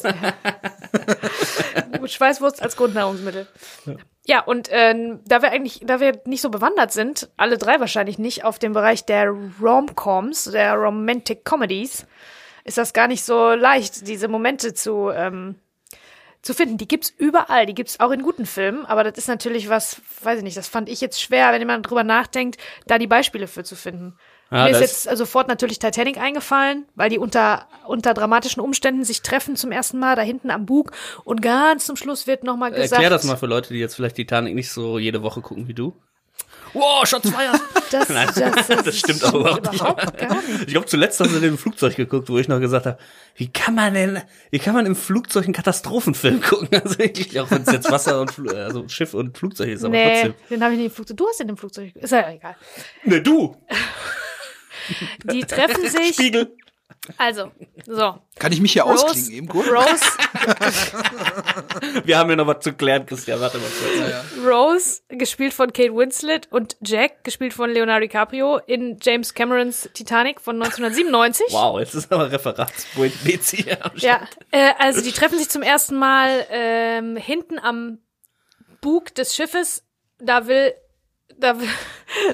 Gut, Schweißwurst als Grundnahrungsmittel. Ja, und ähm, da wir eigentlich, da wir nicht so bewandert sind, alle drei wahrscheinlich nicht, auf dem Bereich der Rom-Coms, der Romantic Comedies, ist das gar nicht so leicht, diese Momente zu ähm, zu finden. Die gibt's überall, die gibt's auch in guten Filmen, aber das ist natürlich was, weiß ich nicht, das fand ich jetzt schwer, wenn jemand drüber nachdenkt, da die Beispiele für zu finden. Ja, Mir ist das- jetzt äh, sofort natürlich Titanic eingefallen, weil die unter unter dramatischen Umständen sich treffen zum ersten Mal da hinten am Bug und ganz zum Schluss wird nochmal gesagt. Erklär das mal für Leute, die jetzt vielleicht Titanic nicht so jede Woche gucken wie du. Wow, Shots fired! Das, Nein, das, das, das stimmt aber überhaupt nicht. überhaupt gar nicht. Ich glaube, zuletzt hast du den im Flugzeug geguckt, wo ich noch gesagt habe, wie kann man denn, wie kann man im Flugzeug einen Katastrophenfilm gucken? Also wirklich, auch wenn es jetzt Wasser und Fl also Schiff und Flugzeug ist, aber Nee, trotzdem. den habe ich nicht im Flugzeug. Du hast den im Flugzeug. Ist ja egal. Ne, du! Die treffen sich. Spiegel! Also, so. Kann ich mich hier Rose, ausklingen eben kurz? Rose, Wir haben ja noch was zu klären, Christian, warte mal kurz. Rose, gespielt von Kate Winslet, und Jack, gespielt von Leonardo DiCaprio, in James Camerons Titanic von neunzehnhundertsiebenundneunzig. Wow, jetzt ist aber Referatspoesie hier am Start. Ja, äh, also die treffen sich zum ersten Mal ähm, hinten am Bug des Schiffes. Da will, da will,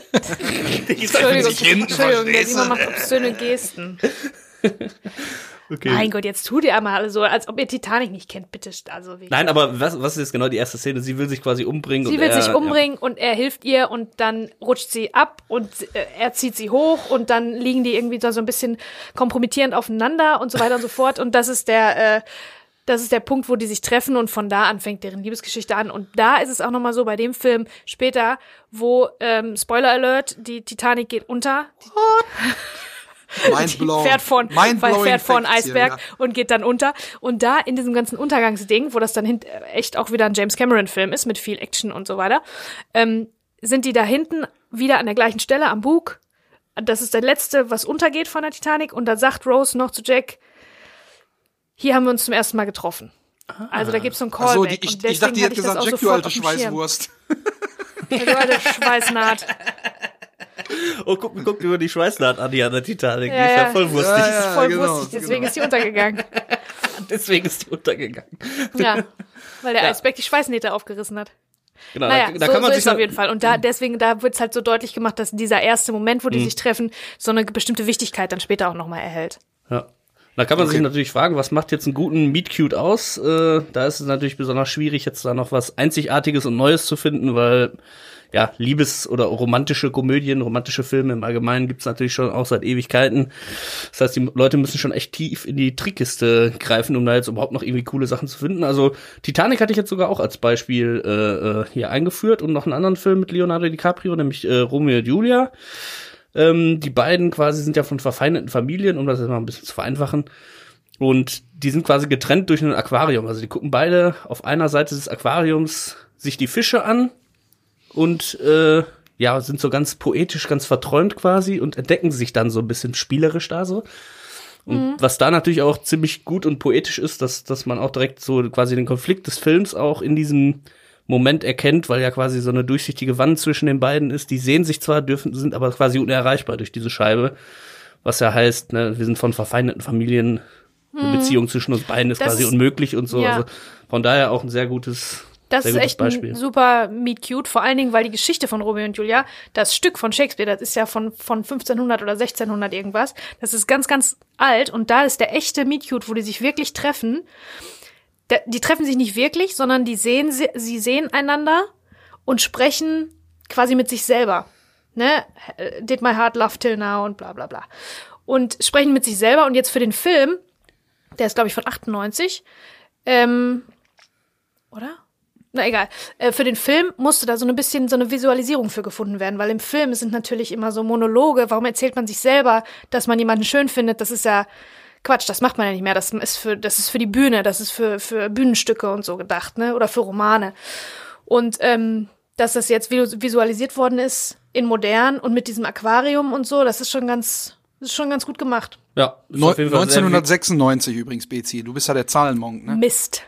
Entschuldigung, sich hinten, Entschuldigung, der verstehst du? Simon macht obszöne Gesten. Okay. Mein Gott, jetzt tut ihr einmal so, als ob ihr Titanic nicht kennt, bitte. Also wirklich. Nein, aber was, was ist jetzt genau die erste Szene? Sie will sich quasi umbringen. Sie und will er, sich umbringen ja. und er hilft ihr und dann rutscht sie ab und äh, er zieht sie hoch und dann liegen die irgendwie so ein bisschen kompromittierend aufeinander und so weiter und so fort. Und das ist der, äh, das ist der Punkt, wo die sich treffen und von da an fängt deren Liebesgeschichte an. Und da ist es auch nochmal so bei dem Film später, wo, ähm, Spoiler Alert, die Titanic geht unter. Die fährt von, fährt vor ein Eisberg ja. und geht dann unter. Und da in diesem ganzen Untergangsding, wo das dann hint- echt auch wieder ein James Cameron-Film ist, mit viel Action und so weiter, ähm, sind die da hinten wieder an der gleichen Stelle am Bug. Das ist der letzte, was untergeht von der Titanic. Und da sagt Rose noch zu Jack, hier haben wir uns zum ersten Mal getroffen. Ah. Also da gibt's so ein Callback. So, die, ich, ich dachte, die hätte gesagt, Jack, du alte Schweißwurst. Ja, du alte Schweißnaht. Oh, guck, guck über die Schweißnaht an, die an der Titanic. Ja, die ist ja ja. voll wurstig. Ja, ja, die ist voll genau, wurstig, deswegen genau. ist die untergegangen. Deswegen ist die untergegangen. Ja, weil der Ja. Eisberg die Schweißnähte aufgerissen hat. Genau, Naja, da, da so, kann man so sich ist es auf jeden Fall. Und da deswegen, da wird's halt so deutlich gemacht, dass dieser erste Moment, wo die Mhm. sich treffen, so eine bestimmte Wichtigkeit dann später auch nochmal erhält. Ja. Da kann man Okay. sich natürlich fragen, was macht jetzt einen guten Meet Cute aus? Äh, da ist es natürlich besonders schwierig, jetzt da noch was Einzigartiges und Neues zu finden, weil ja, Liebes- oder romantische Komödien, romantische Filme im Allgemeinen gibt's natürlich schon auch seit Ewigkeiten. Das heißt, die Leute müssen schon echt tief in die Trickkiste greifen, um da jetzt überhaupt noch irgendwie coole Sachen zu finden. Also Titanic hatte ich jetzt sogar auch als Beispiel äh, hier eingeführt und noch einen anderen Film mit Leonardo DiCaprio, nämlich äh, Romeo und Julia. Ähm, die beiden quasi sind ja von verfeindeten Familien, um das jetzt mal ein bisschen zu vereinfachen. Und die sind quasi getrennt durch ein Aquarium. Also die gucken beide auf einer Seite des Aquariums sich die Fische an und äh, ja, sind so ganz poetisch, ganz verträumt quasi und entdecken sich dann so ein bisschen spielerisch da so. Und mhm. was da natürlich auch ziemlich gut und poetisch ist, dass, dass man auch direkt so quasi den Konflikt des Films auch in diesem Moment erkennt, weil ja quasi so eine durchsichtige Wand zwischen den beiden ist. Die sehen sich zwar, dürfen, sind aber quasi unerreichbar durch diese Scheibe. Was ja heißt, ne, wir sind von verfeindeten Familien, eine Mhm. Beziehung zwischen uns beiden ist Das quasi ist- unmöglich und so. ja. Also von daher auch ein sehr gutes Das Sehr ist gutes echt Beispiel. ein super Meet Cute, vor allen Dingen, weil die Geschichte von Romeo und Julia, das Stück von Shakespeare, das ist ja von von fünfzehnhundert oder sechzehnhundert irgendwas, das ist ganz, ganz alt und da ist der echte Meet Cute, wo die sich wirklich treffen. Da, die treffen sich nicht wirklich, sondern die sehen, sie, sie sehen einander und sprechen quasi mit sich selber. Ne? Did my heart love till now und bla bla bla. Und sprechen mit sich selber und jetzt für den Film, der ist glaube ich von achtundneunzig, ähm, oder? Na egal. Äh, für den Film musste da so ein bisschen so eine Visualisierung für gefunden werden, weil im Film sind natürlich immer so Monologe. Warum erzählt man sich selber, dass man jemanden schön findet? Das ist ja Quatsch, das macht man ja nicht mehr. Das ist für, das ist für die Bühne, das ist für, für Bühnenstücke und so gedacht, ne? Oder für Romane. Und ähm, dass das jetzt visualisiert worden ist in modern und mit diesem Aquarium und so, das ist schon ganz, das ist schon ganz gut gemacht. Ja, ist Neu- auf jeden Fall sehr neunzehnhundertsechsundneunzig übrigens, Bezi. Du bist ja der Zahlenmonk, ne? Mist.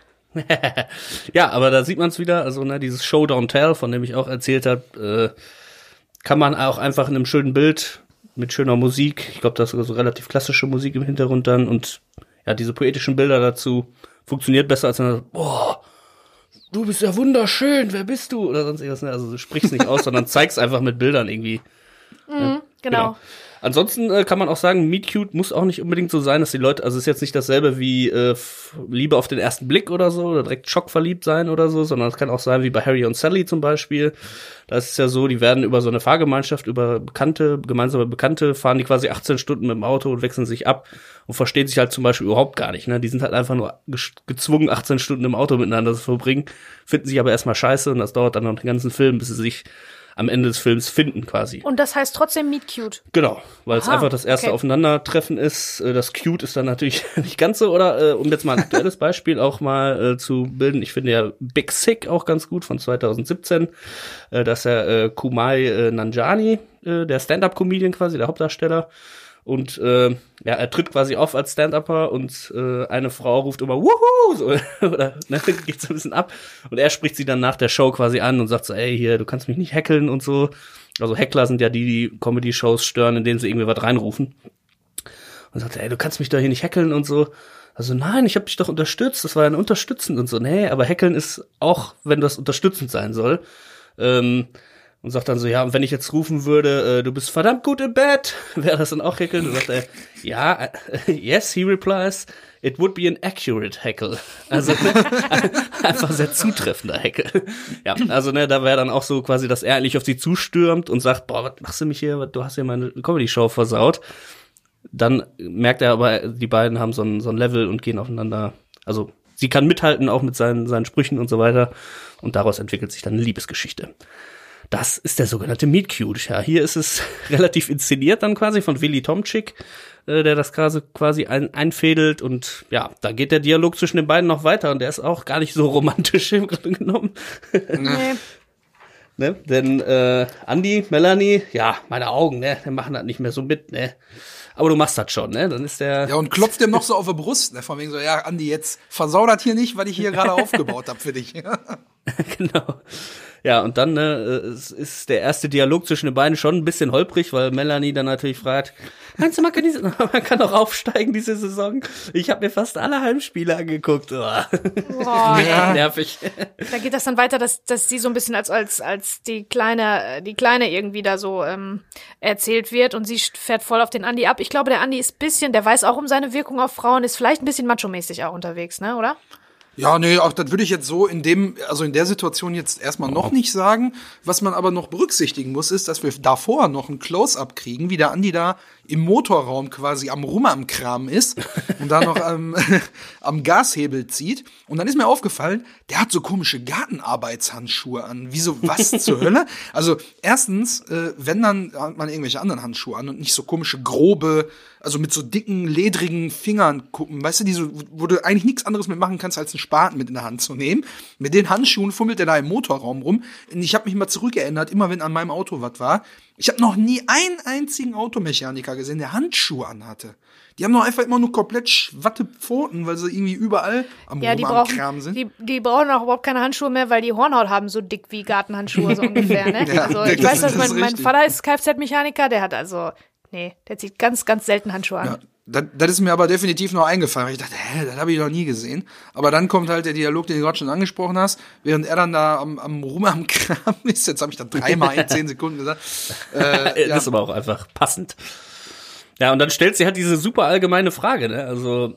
Ja, aber da sieht man es wieder, also ne, dieses Show Don't Tell, von dem ich auch erzählt habe, äh, kann man auch einfach in einem schönen Bild mit schöner Musik, ich glaube, das ist so relativ klassische Musik im Hintergrund dann und ja, diese poetischen Bilder dazu funktioniert besser als wenn man boah, du bist ja wunderschön, wer bist du? Oder sonst irgendwas, ne? Also du sprichst nicht aus, sondern zeigst einfach mit Bildern irgendwie. Mhm, Ja, genau. Ansonsten äh, kann man auch sagen, Meet Cute muss auch nicht unbedingt so sein, dass die Leute, also es ist jetzt nicht dasselbe wie äh, F- Liebe auf den ersten Blick oder so, oder direkt schockverliebt sein oder so, sondern es kann auch sein wie bei Harry und Sally zum Beispiel. Da ist es ja so, die werden über so eine Fahrgemeinschaft, über Bekannte, gemeinsame Bekannte, fahren die quasi achtzehn Stunden mit dem Auto und wechseln sich ab und verstehen sich halt zum Beispiel überhaupt gar nicht. Ne? Die sind halt einfach nur ge- gezwungen, achtzehn Stunden im Auto miteinander zu verbringen, finden sich aber erstmal scheiße und das dauert dann noch den ganzen Film, bis sie sich am Ende des Films finden quasi. Und das heißt trotzdem Meet Cute. Genau, weil es Aha, einfach das erste okay. Aufeinandertreffen ist. Äh, Das Cute ist dann natürlich nicht ganz so, oder äh, um jetzt mal ein aktuelles Beispiel auch mal äh, zu bilden. Ich finde ja Big Sick auch ganz gut von zweitausendsiebzehn. Äh, das ist ja äh, Kumail äh, Nanjiani, äh, der Stand-Up-Comedian quasi, der Hauptdarsteller. Und äh, ja, er tritt quasi auf als Stand-Upper und äh, eine Frau ruft immer Wuhu! So, oder ne, geht so ein bisschen ab. Und er spricht sie dann nach der Show quasi an und sagt so, ey, hier, du kannst mich nicht hackeln und so. Also Heckler sind ja die, die Comedy-Shows stören, indem sie irgendwie was reinrufen. Und sagt, ey, du kannst mich doch hier nicht hackeln und so. Also nein, ich habe dich doch unterstützt, das war ja unterstützend und so. Nee, aber hackeln ist auch, wenn das unterstützend sein soll. Ähm, Und sagt dann so, ja, und wenn ich jetzt rufen würde, äh, du bist verdammt gut im Bett, wäre das dann auch Heckeln? Und sagt er, ja, uh, yes, he replies, it would be an accurate Heckle. Also einfach sehr zutreffender Heckel. Ja, also ne, da wäre dann auch so quasi, dass er eigentlich auf sie zustürmt und sagt, boah, was machst du mich hier, du hast hier meine Comedy-Show versaut. Dann merkt er aber, die beiden haben so ein, so ein Level und gehen aufeinander, also sie kann mithalten, auch mit seinen, seinen Sprüchen und so weiter. Und daraus entwickelt sich dann eine Liebesgeschichte. Das ist der sogenannte Meet Cute. Ja, hier ist es relativ inszeniert dann quasi von Willy Tomczyk, äh, der das quasi ein, einfädelt. Und ja, da geht der Dialog zwischen den beiden noch weiter. Und der ist auch gar nicht so romantisch im Grunde genommen. Nee. Ne? Denn äh, Andi, Melanie, ja, meine Augen, ne, die machen das nicht mehr so mit, ne. Aber du machst das schon, ne? Dann ist der. Ja, und klopft dem noch so auf die Brust, ne? Von wegen so, ja, Andi, jetzt versau das hier nicht, was ich hier gerade aufgebaut habe für dich. Genau. Ja, und dann ne, es ist der erste Dialog zwischen den beiden schon ein bisschen holprig, weil Melanie dann natürlich fragt, meinst du, man kann, diese, man kann auch aufsteigen diese Saison? Ich habe mir fast alle Heimspiele angeguckt. Oh. Boah, ja. Nervig. Da geht das dann weiter, dass, dass sie so ein bisschen als, als, als die Kleine, die Kleine irgendwie da so ähm, erzählt wird und sie fährt voll auf den Andi ab. Ich glaube, der Andi ist bisschen, der weiß auch um seine Wirkung auf Frauen, ist vielleicht ein bisschen macho-mäßig auch unterwegs, ne, oder? Ja, nee, auch das würde ich jetzt so in dem, also in der Situation jetzt erstmal noch nicht sagen. Was man aber noch berücksichtigen muss, ist, dass wir davor noch ein Close-Up kriegen, wie der Andi da im Motorraum quasi am Rum am Kram ist und da noch am, am Gashebel zieht. Und dann ist mir aufgefallen, der hat so komische Gartenarbeitshandschuhe an. Wieso, was zur Hölle? Also erstens, äh, wenn dann hat man irgendwelche anderen Handschuhe an und nicht so komische, grobe, also mit so dicken, ledrigen Fingern gucken, weißt du, die so, wo du eigentlich nichts anderes mitmachen kannst, als einen Spaten mit in der Hand zu nehmen. Mit den Handschuhen fummelt er da im Motorraum rum. Und ich habe mich mal zurückerinnert, immer wenn an meinem Auto was war. Ich habe noch nie einen einzigen Automechaniker gesehen, der Handschuhe anhatte. Die haben doch einfach immer nur komplett schwatte Pfoten, weil sie irgendwie überall am, ja, die am brauchen, Kram sind. Die, die brauchen auch überhaupt keine Handschuhe mehr, weil die Hornhaut haben so dick wie Gartenhandschuhe, so ungefähr. Ne? Ja, also ich das, weiß, dass das mein, mein Vater ist Kfz-Mechaniker, der hat also, nee, der zieht ganz, ganz selten Handschuhe an. Ja. Das, das ist mir aber definitiv noch eingefallen. Ich dachte, hä, das habe ich noch nie gesehen. Aber dann kommt halt der Dialog, den du gerade schon angesprochen hast, während er dann da am, am Rum am Kram ist. Jetzt habe ich da dreimal in zehn Sekunden gesagt. Äh, ja. Das ist aber auch einfach passend. Ja, und dann stellt sie halt diese super allgemeine Frage, ne? Also,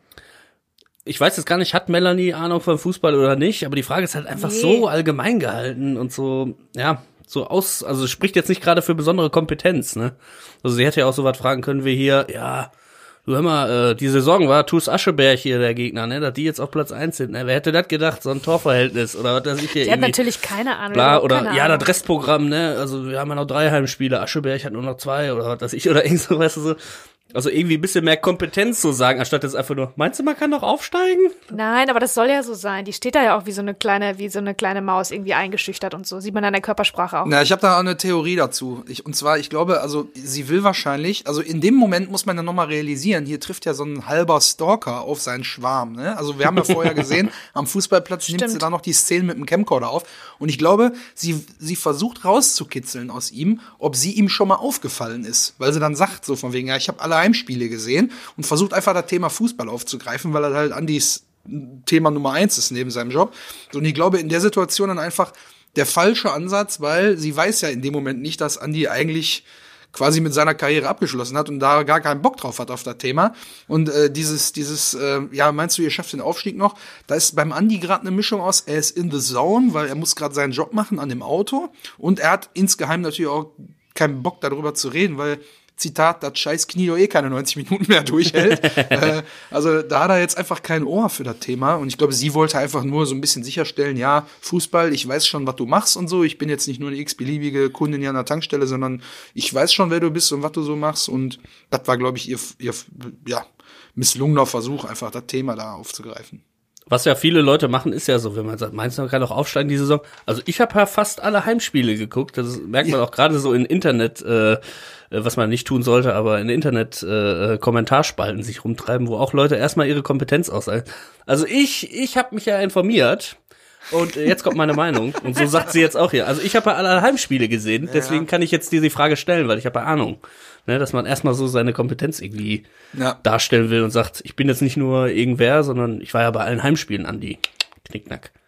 ich weiß jetzt gar nicht, hat Melanie Ahnung von Fußball oder nicht, aber die Frage ist halt einfach nee. so allgemein gehalten und so, ja, so aus, also spricht jetzt nicht gerade für besondere Kompetenz, ne? Also sie hätte ja auch so was fragen können wie hier, ja, du hör mal, äh, die Saison war T uS Ascheberg hier der Gegner, ne, dass die jetzt auf Platz eins sind, ne? Wer hätte das gedacht, so ein Torverhältnis oder was weiß ich hier. Sie hat natürlich keine Ahnung. Bla, oder, keine ja, Ahnung. das Restprogramm, ne, also wir haben ja noch drei Heimspiele, Ascheberg hat nur noch zwei oder was weiß ich, oder irgend so, weißt du, so. Also irgendwie ein bisschen mehr Kompetenz so sagen, anstatt jetzt einfach nur, meinst du, man kann noch aufsteigen? Nein, aber das soll ja so sein. Die steht da ja auch wie so eine kleine, wie so eine kleine Maus irgendwie eingeschüchtert und so. Sieht man an der Körpersprache auch. Na, ich habe da auch eine Theorie dazu. Ich, und zwar, ich glaube, also sie will wahrscheinlich, also in dem Moment muss man dann nochmal realisieren, hier trifft ja so ein halber Stalker auf seinen Schwarm. Ne? Also wir haben ja vorher gesehen, am Fußballplatz Stimmt. nimmt sie da noch die Szenen mit dem Camcorder auf. Und ich glaube, sie, sie versucht rauszukitzeln aus ihm, ob sie ihm schon mal aufgefallen ist. Weil sie dann sagt so von wegen, ja, ich habe alle Heimspiele gesehen und versucht einfach das Thema Fußball aufzugreifen, weil er halt Andis Thema Nummer eins ist neben seinem Job. Und ich glaube, in der Situation dann einfach der falsche Ansatz, weil sie weiß ja in dem Moment nicht, dass Andi eigentlich quasi mit seiner Karriere abgeschlossen hat und da gar keinen Bock drauf hat auf das Thema. Und äh, dieses, dieses, äh, ja, meinst du, ihr schafft den Aufstieg noch? Da ist beim Andi gerade eine Mischung aus, er ist in the zone, weil er muss gerade seinen Job machen an dem Auto und er hat insgeheim natürlich auch keinen Bock darüber zu reden, weil Zitat, das scheiß Knie doch eh keine neunzig Minuten mehr durchhält. äh, also da hat er jetzt einfach kein Ohr für das Thema. Und ich glaube, sie wollte einfach nur so ein bisschen sicherstellen, ja, Fußball, ich weiß schon, was du machst und so. Ich bin jetzt nicht nur eine x-beliebige Kundin hier an der Tankstelle, sondern ich weiß schon, wer du bist und was du so machst. Und das war, glaube ich, ihr, ihr ja, misslungener Versuch, einfach das Thema da aufzugreifen. Was ja viele Leute machen, ist ja so, wenn man sagt, meinst du, man kann auch aufsteigen die Saison? Also ich habe ja fast alle Heimspiele geguckt. Das merkt man auch gerade so in Internet, äh, was man nicht tun sollte, aber in Internet äh, Kommentarspalten sich rumtreiben, wo auch Leute erstmal ihre Kompetenz aussagen. Also ich, ich habe mich ja informiert und jetzt kommt meine Meinung. Und so sagt sie jetzt auch hier. Also ich habe ja alle Heimspiele gesehen, deswegen ja. kann ich jetzt dir die Frage stellen, weil ich habe ja Ahnung. Ne, dass man erstmal so seine Kompetenz irgendwie ja. darstellen will und sagt, ich bin jetzt nicht nur irgendwer, sondern ich war ja bei allen Heimspielen, Andi. Knickknack.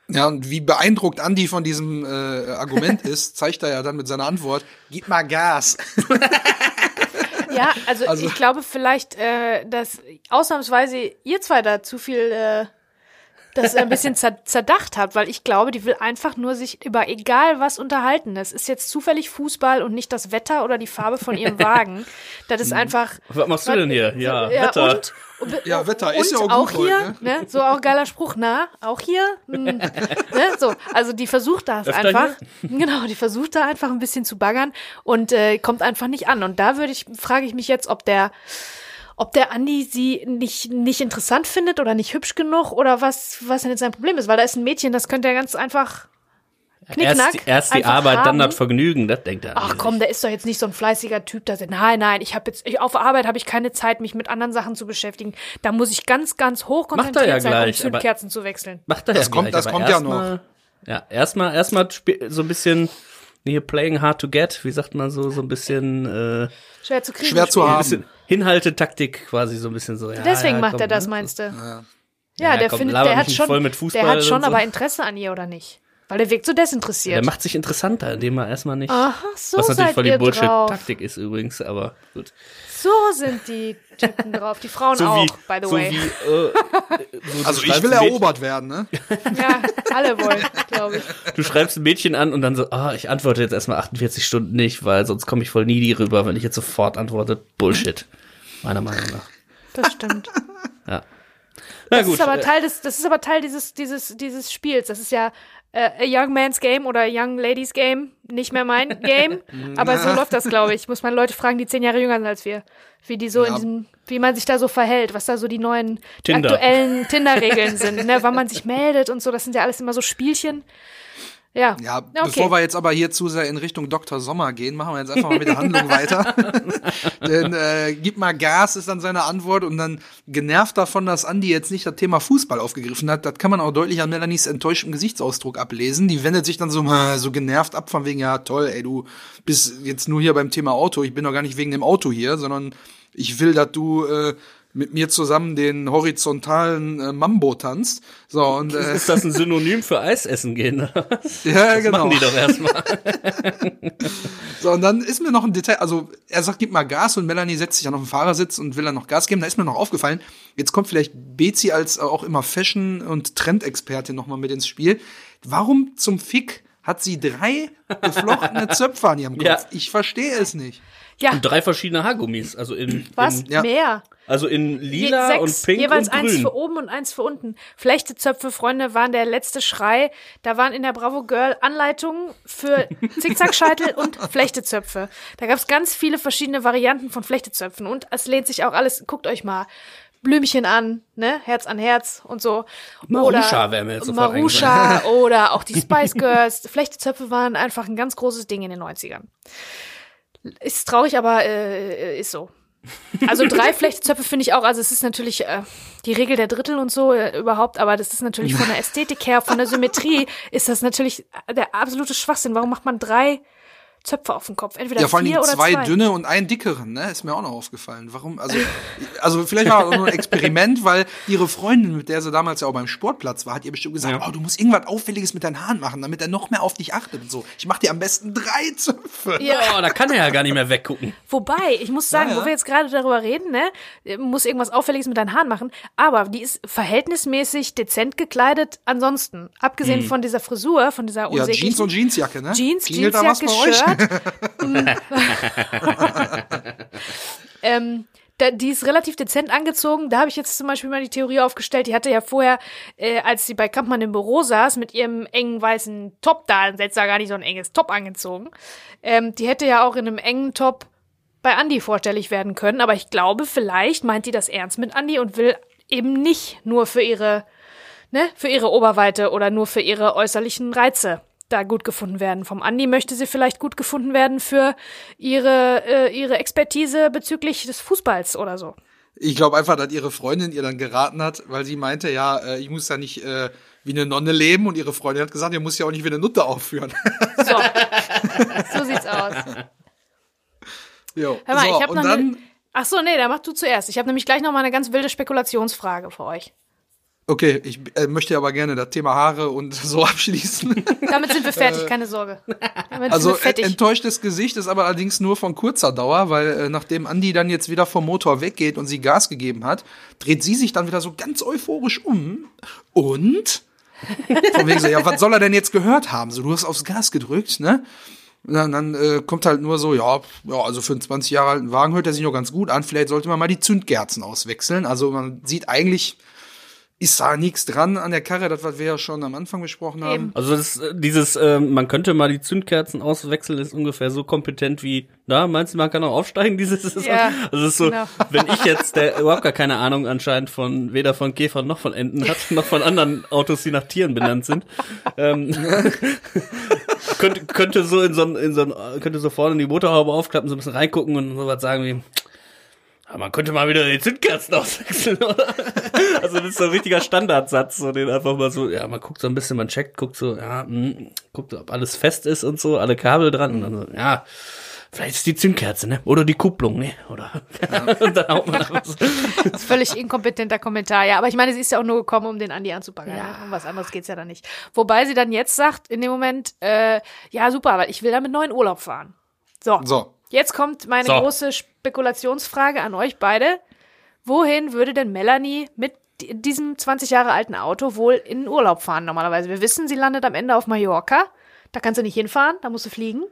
Ja, und wie beeindruckt Andi von diesem äh, Argument ist, zeigt er ja dann mit seiner Antwort, gib mal Gas. Ja, also, Also- ich glaube vielleicht, äh, dass ausnahmsweise ihr zwei da zu viel äh, das ein bisschen zer zerdacht habt, weil ich glaube, die will einfach nur sich über egal was unterhalten. Das ist jetzt zufällig Fußball und nicht das Wetter oder die Farbe von ihrem Wagen. Das ist einfach. Was machst du denn hier? Ja, ja Wetter. Und, und, Ja, Wetter und ist ja auch auch gut hier, heute, ne? So auch geiler Spruch, na, auch hier, hm, ne? So, also die versucht das Öfter einfach, genau, die versucht da einfach ein bisschen zu baggern und äh, kommt einfach nicht an. Und da würde ich, frage ich mich jetzt, ob der, ob der Andi sie nicht nicht interessant findet oder nicht hübsch genug oder was was denn jetzt sein Problem ist, weil da ist ein Mädchen, das könnte er ganz einfach knickknack Erst, die- erst die einfach Arbeit, haben. dann das Vergnügen, das denkt er. Ach komm, der ist doch jetzt nicht so ein fleißiger Typ, der sagt, nein, nein, ich habe jetzt ich, auf Arbeit habe ich keine Zeit, mich mit anderen Sachen zu beschäftigen. Da muss ich ganz, ganz hoch Macht er ja konzentriert sein, um gleich, aber- Zündkerzen zu wechseln. Macht er Das ja kommt- gleich, das aber kommt ja erst noch. Mal, ja, erstmal erstmal sp- so ein bisschen hier playing hard to get, wie sagt man so, so ein bisschen äh, Schwer zu kriegen. Schwer zu Spiel. ein haben. bisschen Hinhaltetaktik quasi so ein bisschen so. Ja, Deswegen ja, macht komm, er das, ne? meinst du? Ja. Ja, Ja, der komm, findet, laber der mich hat nicht schon, voll mit Fußball der hat schon und so. aber Interesse an ihr, oder nicht? Weil der wirkt so desinteressiert. Der macht sich interessanter, indem er erstmal nicht. Aha, so was natürlich seid voll die ihr drauf. Bullshit-Taktik ist übrigens, aber gut. So sind die Typen drauf, die Frauen So auch, wie, by the so way. wie, äh, so, Also du ich schreibst will ein Mädchen- erobert werden, ne? Ja, alle wollen, glaube ich. Du schreibst ein Mädchen an und dann so, ah, ich antworte jetzt erstmal achtundvierzig Stunden nicht, weil sonst komme ich voll needy rüber, wenn ich jetzt sofort antworte. Bullshit. Meiner Meinung nach. Das stimmt. Ja. Na Das gut. ist aber äh, Teil des, das ist aber Teil dieses, dieses, dieses Spiels. Das ist ja äh, a Young Man's Game oder a Young Ladies Game. Nicht mehr mein Game. Aber so läuft das, glaube ich. Muss man Leute fragen, die zehn Jahre jünger sind als wir. Wie die so Ja. in diesem, wie man sich da so verhält, was da so die neuen, die Tinder. aktuellen Tinder-Regeln sind, ne, wann man sich meldet und so. Das sind ja alles immer so Spielchen. Ja. Ja, okay. bevor wir jetzt aber hier zu sehr in Richtung Doktor Sommer gehen, machen wir jetzt einfach mal mit der Handlung weiter. Denn äh, gib mal Gas ist dann seine Antwort und dann genervt davon, dass Andi jetzt nicht das Thema Fußball aufgegriffen hat. Das kann man auch deutlich an Melanies enttäuschtem Gesichtsausdruck ablesen. Die wendet sich dann so, äh, so genervt ab von wegen, ja toll, ey, du bist jetzt nur hier beim Thema Auto. Ich bin doch gar nicht wegen dem Auto hier, sondern ich will, dass du äh, mit mir zusammen den horizontalen äh, Mambo tanzt. So, und äh, Ist das ein Synonym für Eisessen gehen? Oder was? ja, Das genau. machen die doch erstmal. So, und dann ist mir noch ein Detail, also er sagt, gib mal Gas und Melanie setzt sich dann auf den Fahrersitz und will dann noch Gas geben. Da ist mir noch aufgefallen, jetzt kommt vielleicht Bezi als auch immer Fashion- und Trendexpertin noch mal mit ins Spiel. Warum zum Fick hat sie drei geflochtene Zöpfe an ihrem Kopf? Ja. Ich verstehe es nicht. Ja, Und drei verschiedene Haargummis. Also in, was? in Ja. Mehr. also in Je- lila sechs, und pink jeweils und eins grün. für oben und eins für unten. Flechtezöpfe, Freunde, waren der letzte Schrei. Da waren in der Bravo Girl Anleitungen für Zickzackscheitel und Flechtezöpfe. Da gab es ganz viele verschiedene Varianten von Flechtezöpfen und es lehnt sich auch alles, guckt euch mal Blümchen an, ne, Herz an Herz und so. Marusha wäre mir jetzt sofort Marusha oder auch die Spice Girls. Flechtezöpfe waren einfach ein ganz großes Ding in den neunzigern. Ist traurig, aber äh, ist so. Also drei Flechtezöpfe finde ich auch, also es ist natürlich äh, die Regel der Drittel und so äh, überhaupt, aber das ist natürlich von der Ästhetik her, von der Symmetrie ist das natürlich der absolute Schwachsinn. Warum macht man drei Zöpfe auf dem Kopf? Entweder Ja, vor allem vier oder zwei, zwei. dünne und einen dickeren, ne? Ist mir auch noch aufgefallen. Warum? Also, also vielleicht war das auch nur ein Experiment, weil ihre Freundin, mit der sie damals ja auch beim Sportplatz war, hat ihr bestimmt gesagt, Ja. oh, du musst irgendwas Auffälliges mit deinen Haaren machen, damit er noch mehr auf dich achtet und so. Ich mach dir am besten drei Zöpfe. Ja. Oh, da kann er ja gar nicht mehr weggucken. Wobei, ich muss sagen, Ja, ja. wo wir jetzt gerade darüber reden, ne, muss irgendwas Auffälliges mit deinen Haaren machen, aber die ist verhältnismäßig dezent gekleidet ansonsten. Abgesehen von dieser Frisur, von dieser Ja, unsäglichen Jeans und Jeansjacke, ne? Jeans, Klingelt da was Jeansjacke, bei euch? Shirt. ähm, da, die ist relativ dezent angezogen. Da habe ich jetzt zum Beispiel mal die Theorie aufgestellt. Die hatte ja vorher, äh, als sie bei Kampmann im Büro saß, mit ihrem engen weißen Top da, jetzt da gar nicht so ein enges Top angezogen. Ähm, die hätte ja auch in einem engen Top bei Andi vorstellig werden können. Aber ich glaube, vielleicht meint die das ernst mit Andi und will eben nicht nur für ihre, ne, für ihre Oberweite oder nur für ihre äußerlichen Reize da gut gefunden werden. Vom Andi möchte sie vielleicht gut gefunden werden für ihre, äh, ihre Expertise bezüglich des Fußballs oder so. Ich glaube einfach, dass ihre Freundin ihr dann geraten hat, weil sie meinte, ja, äh, ich muss ja nicht äh, wie eine Nonne leben und ihre Freundin hat gesagt, ihr muss ja auch nicht wie eine Nutte aufführen. So, so sieht's aus. Jo. Hör mal, so, ich habe und noch dann, eine. Ach so, nee, da mach du zuerst. Ich habe nämlich gleich noch mal eine ganz wilde Spekulationsfrage für euch. Okay, ich äh, möchte aber gerne das Thema Haare und so abschließen. Damit sind wir fertig, keine Sorge. Damit Also sind wir fertig. enttäuschtes Gesicht ist aber allerdings nur von kurzer Dauer, weil äh, nachdem Andi dann jetzt wieder vom Motor weggeht und sie Gas gegeben hat, dreht sie sich dann wieder so ganz euphorisch um und von wegen so, ja, was soll er denn jetzt gehört haben? So, du hast aufs Gas gedrückt, ne? Und dann, dann äh, kommt halt nur so, ja, ja, also für einen zwanzig Jahre alten Wagen hört er sich noch ganz gut an, vielleicht sollte man mal die Zündkerzen auswechseln. Also man sieht eigentlich, ist da nichts dran an der Karre, das, was wir ja schon am Anfang besprochen haben. Eben. Also das, dieses, ähm, man könnte mal die Zündkerzen auswechseln, ist ungefähr so kompetent wie, na, meinst du, man kann auch aufsteigen? Dieses ist Ja, also es ist so, genau. wenn ich jetzt, der überhaupt gar keine Ahnung anscheinend von, weder von Käfern noch von Enten hat, noch von anderen Autos, die nach Tieren benannt sind, ähm, könnte, könnte so in so ein, in so ein, könnte so vorne in die Motorhaube aufklappen, so ein bisschen reingucken und sowas sagen wie, ja, man könnte mal wieder die Zündkerzen auswechseln, oder? Also das ist so ein richtiger Standardsatz, so den einfach mal so, ja, man guckt so ein bisschen, man checkt, guckt so, ja, mh, guckt, ob alles fest ist und so, alle Kabel dran und dann so, ja, vielleicht ist die Zündkerze, ne? Oder die Kupplung, ne? Oder ja. Und dann haut man einfach so. Das ist völlig inkompetenter Kommentar, ja. Aber ich meine, sie ist ja auch nur gekommen, um den Andi anzupacken. Ja. Um was anderes geht's ja dann nicht. Wobei sie dann jetzt sagt, in dem Moment, äh, ja, super, aber ich will damit neu in Urlaub fahren. So. So. Jetzt kommt meine So. große Spekulationsfrage an euch beide. Wohin würde denn Melanie mit di- diesem zwanzig Jahre alten Auto wohl in den Urlaub fahren normalerweise? Wir wissen, sie landet am Ende auf Mallorca. Da kannst du nicht hinfahren, da musst du fliegen.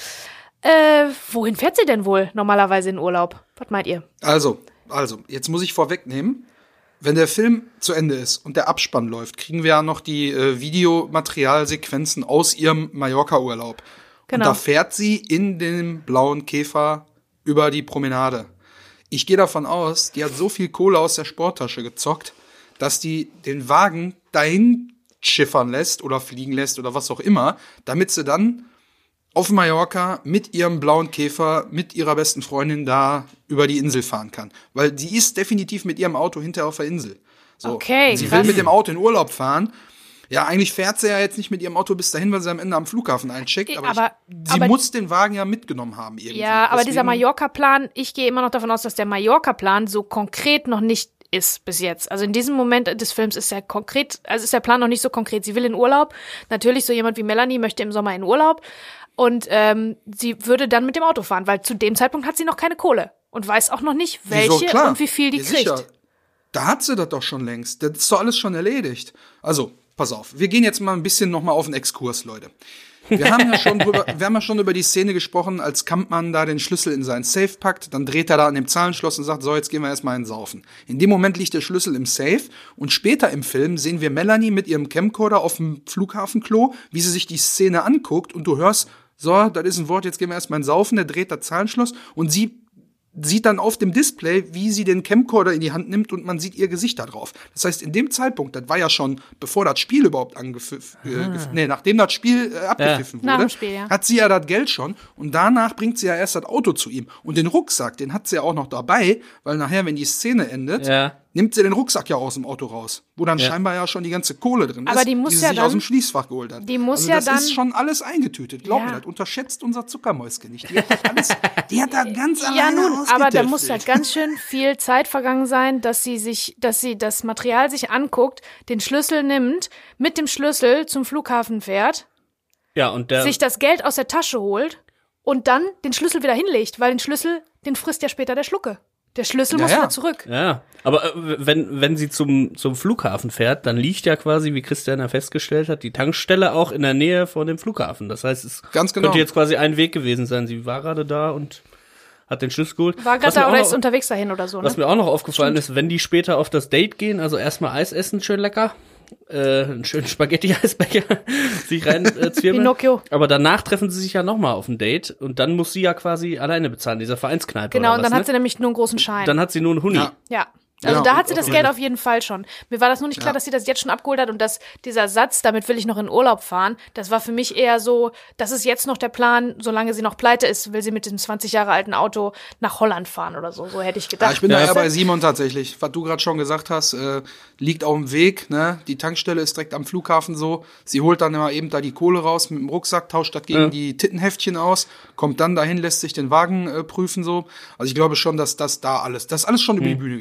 Äh, wohin fährt sie denn wohl normalerweise in Urlaub? Was meint ihr? Also, also, jetzt muss ich vorwegnehmen, wenn der Film zu Ende ist und der Abspann läuft, kriegen wir ja noch die äh, Videomaterialsequenzen aus ihrem Mallorca-Urlaub. Genau. Und da fährt sie in dem blauen Käfer über die Promenade. Ich gehe davon aus, die hat so viel Kohle aus der Sporttasche gezockt, dass die den Wagen dahin schiffern lässt oder fliegen lässt oder was auch immer, damit sie dann auf Mallorca mit ihrem blauen Käfer, mit ihrer besten Freundin da über die Insel fahren kann. Weil die ist definitiv mit ihrem Auto hinterher auf der Insel. So. Okay, Sie krass. will mit dem Auto in Urlaub fahren. Ja, eigentlich fährt sie ja jetzt nicht mit ihrem Auto bis dahin, weil sie am Ende am Flughafen eincheckt. Aber, Aber- ich, sie aber- muss den Wagen ja mitgenommen haben irgendwie. Ja, aber dieser Deswegen- Mallorca-Plan, ich gehe immer noch davon aus, dass der Mallorca-Plan so konkret noch nicht ist bis jetzt. Also in diesem Moment des Films ist der konkret, also ist der Plan noch nicht so konkret. Sie will in Urlaub. Natürlich so jemand wie Melanie möchte im Sommer in Urlaub. Und ähm, sie würde dann mit dem Auto fahren, weil zu dem Zeitpunkt hat sie noch keine Kohle und weiß auch noch nicht, welche Wieso? Klar. und wie viel die Ja, kriegt. sicher. Da hat sie das doch schon längst. Das ist doch alles schon erledigt. Also, pass auf. Wir gehen jetzt mal ein bisschen noch mal auf den Exkurs, Leute. Wir haben ja schon drüber, wir haben ja schon über die Szene gesprochen, als Kampmann da den Schlüssel in seinen Safe packt, dann dreht er da an dem Zahlenschloss und sagt, so, jetzt gehen wir erstmal in Saufen. In dem Moment liegt der Schlüssel im Safe und später im Film sehen wir Melanie mit ihrem Camcorder auf dem Flughafenklo, wie sie sich die Szene anguckt und du hörst, so, das ist ein Wort, jetzt gehen wir erstmal in Saufen, der dreht das Zahlenschloss und sie sieht dann auf dem Display, wie sie den Camcorder in die Hand nimmt und man sieht ihr Gesicht da drauf. Das heißt, in dem Zeitpunkt, das war ja schon, bevor das Spiel überhaupt angepfiffen, äh, gef- nee, nachdem das Spiel äh, abgepfiffen Nach wurde, dem Spiel, ja. hat sie ja das Geld schon und danach bringt sie ja erst das Auto zu ihm. Und den Rucksack, den hat sie ja auch noch dabei, weil nachher, wenn die Szene endet, Ja. nimmt sie den Rucksack ja aus dem Auto raus, wo dann Ja. scheinbar ja schon die ganze Kohle drin Aber ist, die muss sie ja sich dann- aus dem Schließfach geholt hat. die muss also ja das dann- ist schon alles eingetütet. Glaub Ja. mir, das unterschätzt unser Zuckermäuschen nicht. Die hat das alles, die hat da ganz Ja, alleine nun, aber da ausgetüftelt. muss ja ganz schön viel Zeit vergangen sein, dass sie sich, dass sie das Material sich anguckt, den Schlüssel nimmt, mit dem Schlüssel zum Flughafen fährt, Ja, und der, sich das Geld aus der Tasche holt und dann den Schlüssel wieder hinlegt, weil den Schlüssel, den frisst ja später der Schlucke. Der Schlüssel Ja, muss ja. wieder zurück. ja, aber äh, wenn, wenn sie zum, zum Flughafen fährt, dann liegt ja quasi, wie Christian ja festgestellt hat, die Tankstelle auch in der Nähe von dem Flughafen. Das heißt, es Ganz genau. könnte jetzt quasi ein Weg gewesen sein. Sie war gerade da und hat den Schlüssel geholt. War Was gerade mir da auch oder noch- ist unterwegs dahin oder so, ne? Was mir auch noch aufgefallen ist, wenn die später auf das Date gehen, also erstmal Eis essen, schön lecker, äh, einen schönen Spaghetti-Eisbecher sich rein äh, zwirbeln. Pinocchio. Aber danach treffen sie sich ja nochmal auf ein Date und dann muss sie ja quasi alleine bezahlen, dieser Vereinskneipe Genau, oder und was, dann hat ne? sie nämlich nur einen großen Schein. Dann hat sie nur einen Huni. Ja. Ja. Also Ja, da und hat sie das auch- Geld auf jeden Fall schon. Mir war das nur nicht klar, Ja. dass sie das jetzt schon abgeholt hat und dass dieser Satz, damit will ich noch in Urlaub fahren, das war für mich eher so, das ist jetzt noch der Plan, solange sie noch pleite ist, will sie mit dem zwanzig Jahre alten Auto nach Holland fahren oder so. So hätte ich gedacht. Ja, ich bin Ja, da eher das- bei Simon tatsächlich. Was du gerade schon gesagt hast, äh, liegt auf dem Weg. Ne? Die Tankstelle ist direkt am Flughafen so. Sie holt dann immer eben da die Kohle raus mit dem Rucksack, tauscht das gegen Ja. die Tittenheftchen aus, kommt dann dahin, lässt sich den Wagen äh, prüfen so. Also ich glaube schon, dass das da alles, das ist alles schon über die Bühne gegangen. Die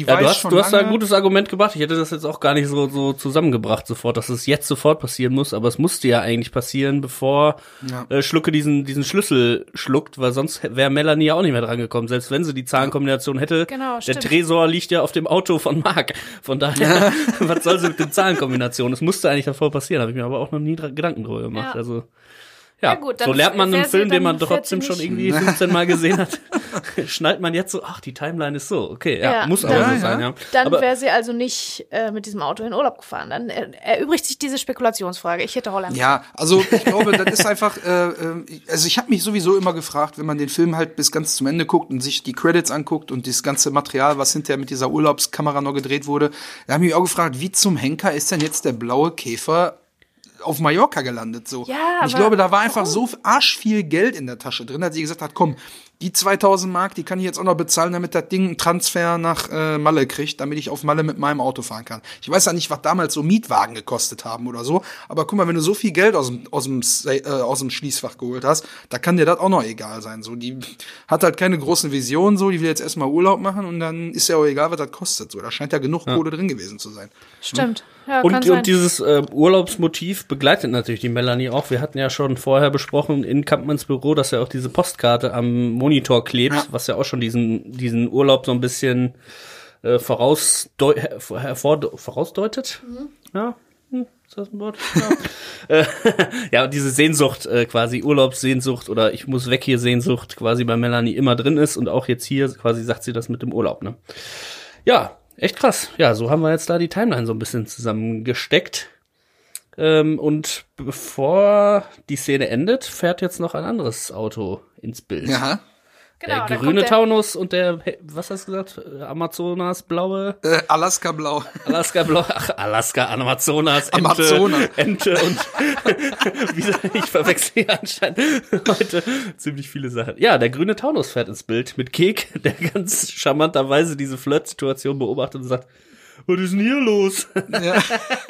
die ja, weiß du hast, schon du hast da lange, ein gutes Argument gebracht. Ich hätte das jetzt auch gar nicht so, so zusammengebracht sofort, dass es jetzt sofort passieren muss, aber es musste ja eigentlich passieren, bevor Ja. äh, Schlucke diesen, diesen Schlüssel schluckt, weil sonst wäre Melanie ja auch nicht mehr dran gekommen, selbst wenn sie die Zahlenkombination hätte. Genau, der stimmt. Tresor liegt ja auf dem Auto von Marc. Von daher, was soll sie mit den Zahlenkombinationen? Das musste eigentlich davor passieren, habe ich mir aber auch noch nie dra- Gedanken drüber gemacht. Ja. Also ja, Ja, gut, dann so lernt man einen fährt sie- Film, den dann man fährt trotzdem sie schon nicht- irgendwie fünfzehn Mal gesehen hat. Schnallt man jetzt so, ach, die Timeline ist so. Okay, ja, Ja, muss dann- aber so Ja, sein, ja. ja. Dann aber, wäre sie also nicht äh, mit diesem Auto in Urlaub gefahren. Dann er, erübrigt sich diese Spekulationsfrage. Ich hätte Holland. Ja, also ich glaube, das ist einfach, äh, äh, also ich habe mich sowieso immer gefragt, wenn man den Film halt bis ganz zum Ende guckt und sich die Credits anguckt und das ganze Material, was hinterher mit dieser Urlaubskamera noch gedreht wurde, da habe ich mich auch gefragt, wie zum Henker ist denn jetzt der blaue Käfer auf Mallorca gelandet, so. Ja, und ich aber glaube, da war einfach so arsch viel Geld in der Tasche drin, dass sie gesagt hat, komm, die zweitausend Mark, die kann ich jetzt auch noch bezahlen, damit das Ding einen Transfer nach äh, Malle kriegt, damit ich auf Malle mit meinem Auto fahren kann. Ich weiß ja nicht, was damals so Mietwagen gekostet haben oder so, aber guck mal, wenn du so viel Geld aus dem, aus dem, äh, aus dem Schließfach geholt hast, da kann dir das auch noch egal sein. So, die hat halt keine großen Visionen, so, die will jetzt erstmal Urlaub machen und dann ist ja auch egal, was das kostet. So, da scheint ja genug Kohle drin gewesen zu sein. Stimmt. Ja, kann Und, sein. und dieses äh, Urlaubsmotiv begleitet natürlich die Melanie auch. Wir hatten ja schon vorher besprochen in Kampmanns Büro, dass ja auch diese Postkarte am Monitor klebt, Ja. was ja auch schon diesen diesen Urlaub so ein bisschen äh, vorausdeu her hervor vorausdeutet. Mhm. Ja, hm, ist das ein Wort? Ja, äh, ja, und diese Sehnsucht, äh, quasi Urlaubssehnsucht oder ich muss weg hier Sehnsucht quasi bei Melanie immer drin ist und auch jetzt hier quasi sagt sie das mit dem Urlaub, ne? Ja, echt krass. Ja, so haben wir jetzt da die Timeline so ein bisschen zusammengesteckt. Ähm, und bevor die Szene endet, fährt jetzt noch ein anderes Auto ins Bild. Ja. Genau, der da grüne kommt der- Taunus und der, was hast du gesagt? Amazonas blaue, Äh, Alaska Blau. Alaska blau, ach, Alaska, Amazonas, Ente, Amazonas. Ente und wie soll ich verwechsel hier anscheinend heute ziemlich viele Sachen. Ja, der grüne Taunus fährt ins Bild mit Kek, der ganz charmanterweise diese Flirt-Situation beobachtet und sagt, was ist denn hier los? Ja.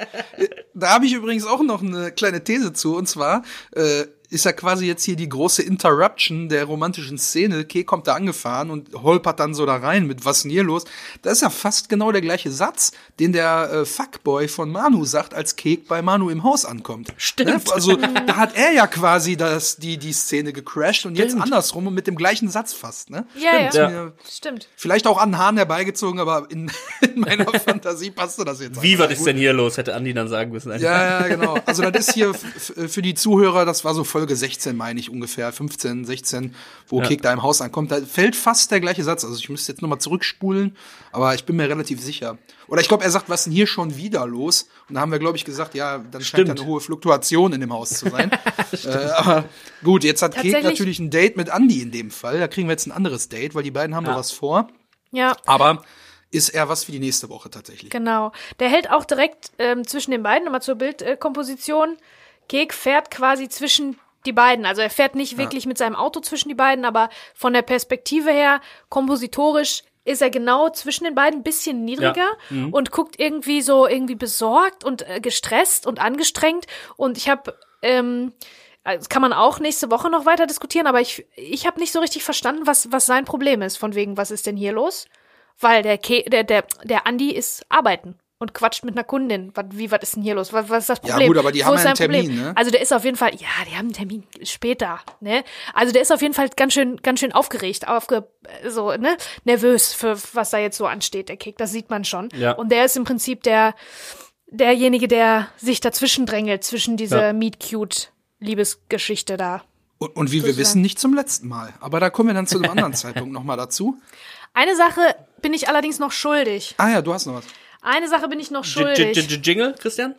Da habe ich übrigens auch noch eine kleine These zu, und zwar äh, ist ja quasi jetzt hier die große Interruption der romantischen Szene. Kek kommt da angefahren und holpert dann so da rein mit was ist denn hier los? Das ist ja fast genau der gleiche Satz, den der äh, Fuckboy von Manu sagt, als Kek bei Manu im Haus ankommt. Stimmt. Ne? Also da hat er ja quasi das, die, die Szene gecrashed und jetzt Stimmt. andersrum und mit dem gleichen Satz fast. Ne? Ja, Ist ja. mir Stimmt. vielleicht auch an den Haaren herbeigezogen, aber in, in meiner Fantasie passte das jetzt. Wie, einfach. was ist denn hier los? Hätte Andi dann sagen müssen. eigentlich. Ja, ja, genau. Also das ist hier f- f- für die Zuhörer, das war so Folge sechzehn, meine ich ungefähr, fünfzehn, sechzehn, wo Ja. Kek da im Haus ankommt. Da fällt fast der gleiche Satz. Also ich müsste jetzt nochmal zurückspulen, aber ich bin mir relativ sicher. Oder ich glaube, er sagt, was ist denn hier schon wieder los? Und da haben wir, glaube ich, gesagt, ja, dann scheint da Stimmt. eine hohe Fluktuation in dem Haus zu sein. äh, aber gut, jetzt hat Kek Tatsächlich- natürlich ein Date mit Andi in dem Fall. Da kriegen wir jetzt ein anderes Date, weil die beiden haben Ja. noch was vor. Ja, Aber ist eher was für die nächste Woche tatsächlich. genau. Der hält auch direkt ähm, zwischen den beiden, nochmal zur Bildkomposition. Kek fährt quasi zwischen die beiden. Also er fährt nicht wirklich mit seinem Auto zwischen die beiden, aber von der Perspektive her, kompositorisch, ist er genau zwischen den beiden, ein bisschen niedriger und guckt irgendwie so irgendwie besorgt und äh, gestresst und angestrengt. Und ich habe, ähm, das kann man auch nächste Woche noch weiter diskutieren, aber ich, ich habe nicht so richtig verstanden, was, was sein Problem ist. Von wegen, was ist denn hier los? Weil der, Ke der, der, der Andi ist arbeiten und quatscht mit einer Kundin. Was, wie, was ist denn hier los? Was, was ist das Ja, Problem? gut, aber die Wo haben ist ja einen sein Problem? Termin, ne? Also der ist auf jeden Fall, ja, die haben einen Termin später, ne? Also der ist auf jeden Fall ganz schön, ganz schön aufgeregt, aufge, so, ne? Nervös für was da jetzt so ansteht, der Kick. Das sieht man schon. Ja. Und der ist im Prinzip der, derjenige, der sich dazwischen drängelt, zwischen dieser Ja. Meet-Cute-Liebesgeschichte da. Und, und wie wir Sozusagen. wissen, nicht zum letzten Mal. Aber da kommen wir dann zu einem anderen Zeitpunkt nochmal dazu. Eine Sache bin ich allerdings noch schuldig. Ah ja, du hast noch was. Eine Sache bin ich noch J- J- schuldig. J- Jingle, Christian?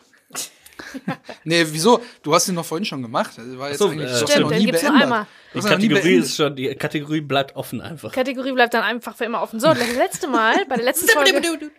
Nee, wieso? Du hast ihn noch vorhin schon gemacht. Das war jetzt so, eigentlich äh, das hast du Stimmt, noch den nie gibt's nur beendet. einmal. Die Das hast du noch nie Kategorie beendet. ist schon, die Kategorie bleibt offen einfach. Kategorie bleibt dann einfach für immer offen. So, das letzte Mal, bei der letzten Folge,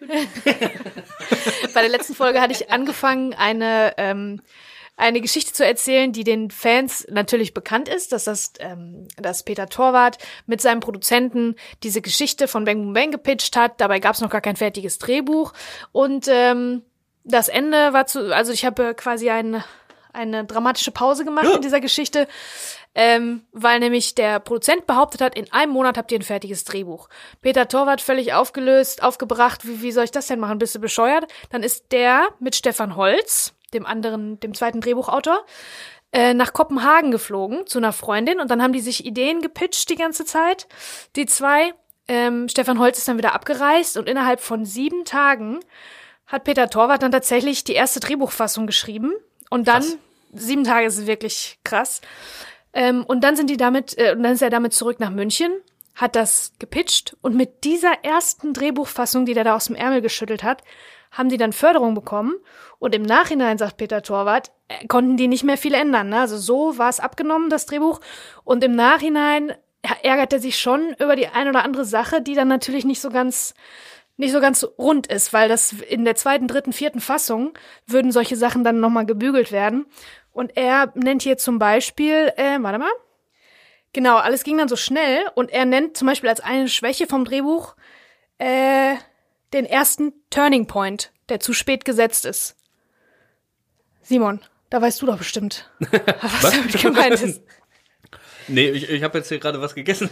bei der letzten Folge hatte ich angefangen, eine, ähm, eine Geschichte zu erzählen, die den Fans natürlich bekannt ist, dass das, ähm, dass Peter Torwart mit seinem Produzenten diese Geschichte von Bang Boom Bang gepitcht hat. Dabei gab es noch gar kein fertiges Drehbuch. Und ähm, das Ende war zu, also ich habe quasi eine, eine dramatische Pause gemacht in dieser Geschichte. Ähm, weil nämlich der Produzent behauptet hat, in einem Monat habt ihr ein fertiges Drehbuch. Peter Torwart völlig aufgelöst, aufgebracht, wie, wie soll ich das denn machen, bist du bescheuert? Dann ist der mit Stefan Holz, dem anderen, dem zweiten Drehbuchautor, äh, nach Kopenhagen geflogen zu einer Freundin und dann haben die sich Ideen gepitcht die ganze Zeit, die zwei. Ähm, Stefan Holz ist dann wieder abgereist und innerhalb von sieben Tagen hat Peter Torwart dann tatsächlich die erste Drehbuchfassung geschrieben und dann, krass. sieben Tage ist wirklich krass. Ähm, und dann sind die damit, äh, und dann ist er damit zurück nach München, hat das gepitcht und mit dieser ersten Drehbuchfassung, die der da aus dem Ärmel geschüttelt hat, haben die dann Förderung bekommen und im Nachhinein, sagt Peter Torwart, äh, konnten die nicht mehr viel ändern. Ne? Also so war es abgenommen, das Drehbuch, und im Nachhinein ärgert er sich schon über die ein oder andere Sache, die dann natürlich nicht so ganz nicht so ganz rund ist, weil das in der zweiten, dritten, vierten Fassung würden solche Sachen dann nochmal gebügelt werden. Und er nennt hier zum Beispiel, äh, warte mal, genau, alles ging dann so schnell und er nennt zum Beispiel als eine Schwäche vom Drehbuch äh, den ersten Turning Point, der zu spät gesetzt ist. Simon, da weißt du doch bestimmt, was, was damit gemeint ist. Nee, ich, ich habe jetzt hier gerade was gegessen.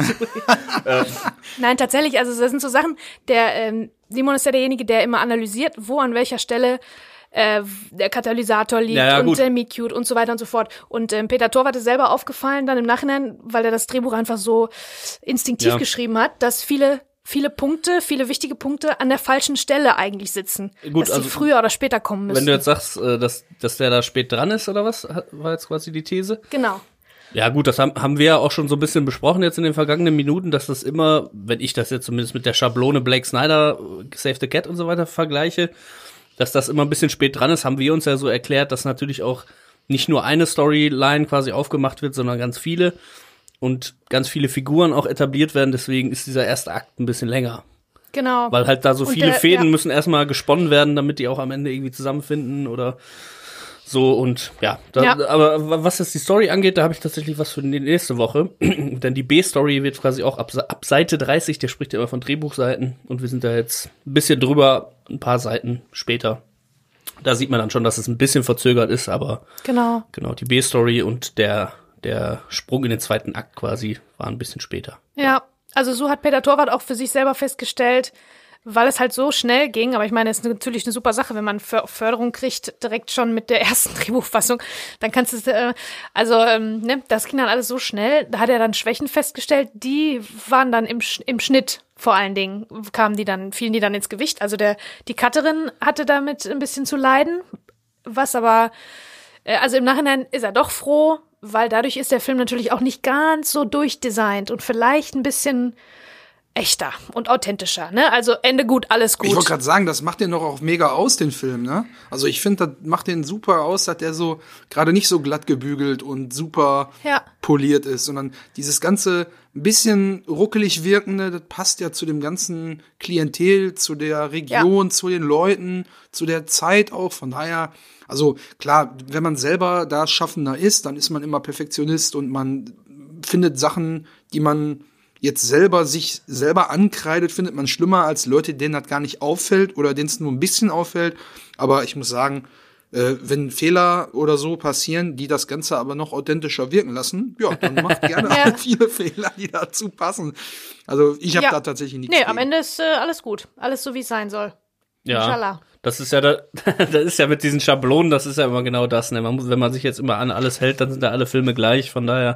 Nein, tatsächlich, also das sind so Sachen, der ähm, Simon ist ja derjenige, der immer analysiert, wo an welcher Stelle äh, der Katalysator liegt, ja, ja, und der Meet-Cute und so weiter und so fort. Und ähm, Peter Torwart ist selber aufgefallen dann im Nachhinein, weil er das Drehbuch einfach so instinktiv ja. geschrieben hat, dass viele viele Punkte, viele wichtige Punkte an der falschen Stelle eigentlich sitzen. Gut, dass also, die früher oder später kommen müssen. Wenn du jetzt sagst, dass, dass der da spät dran ist oder was, war jetzt quasi die These? Genau. Ja gut, das haben, haben wir ja auch schon so ein bisschen besprochen jetzt in den vergangenen Minuten, dass das immer, wenn ich das jetzt zumindest mit der Schablone Blake Snyder, Save the Cat und so weiter vergleiche, dass das immer ein bisschen spät dran ist, haben wir uns ja so erklärt, dass natürlich auch nicht nur eine Storyline quasi aufgemacht wird, sondern ganz viele und ganz viele Figuren auch etabliert werden, deswegen ist dieser erste Akt ein bisschen länger. Genau. Weil halt da so und viele der, Fäden ja. müssen erstmal gesponnen werden, damit die auch am Ende irgendwie zusammenfinden oder so und ja, da, ja. Aber was jetzt die Story angeht, da habe ich tatsächlich was für die nächste Woche, denn die B-Story wird quasi auch ab, ab Seite dreißig, der spricht ja immer von Drehbuchseiten und wir sind da jetzt ein bisschen drüber, ein paar Seiten später. Da sieht man dann schon, dass es ein bisschen verzögert ist, aber genau, genau die B-Story und der der Sprung in den zweiten Akt quasi war ein bisschen später. Ja, also so hat Peter Torwart auch für sich selber festgestellt, weil es halt so schnell ging, aber ich meine, es ist natürlich eine super Sache, wenn man Förderung kriegt, direkt schon mit der ersten Drehbuchfassung, dann kannst du es, äh, also, ähm, ne, das ging dann alles so schnell, da hat er dann Schwächen festgestellt, die waren dann im, im Schnitt vor allen Dingen, kamen die dann, fielen die dann ins Gewicht, also der, die Cutterin hatte damit ein bisschen zu leiden, was aber, äh, also im Nachhinein ist er doch froh, weil dadurch ist der Film natürlich auch nicht ganz so durchdesignt und vielleicht ein bisschen echter und authentischer, ne? Also Ende gut, alles gut. Ich wollte gerade sagen, das macht den doch auch mega aus, den Film, ne? Also ich finde, das macht den super aus, dass der so gerade nicht so glatt gebügelt und super ja. poliert ist, sondern dieses ganze ein bisschen ruckelig wirkende, das passt ja zu dem ganzen Klientel, zu der Region, ja. zu den Leuten, zu der Zeit auch. Von daher, also klar, wenn man selber da Schaffender ist, dann ist man immer Perfektionist und man findet Sachen, die man jetzt selber sich selber ankreidet, findet man schlimmer als Leute, denen das gar nicht auffällt oder denen es nur ein bisschen auffällt. Aber ich muss sagen, äh, wenn Fehler oder so passieren, die das Ganze aber noch authentischer wirken lassen, ja, dann macht gerne ja. auch viele Fehler, die dazu passen. Also ich habe ja. da tatsächlich nichts. Nee, gegen. Am Ende ist äh, alles gut. Alles so, wie es sein soll. Ja. Inshallah. Das ist ja da, das ist ja mit diesen Schablonen, das ist ja immer genau das, ne? Man muss, wenn man sich jetzt immer an alles hält, dann sind da alle Filme gleich, von daher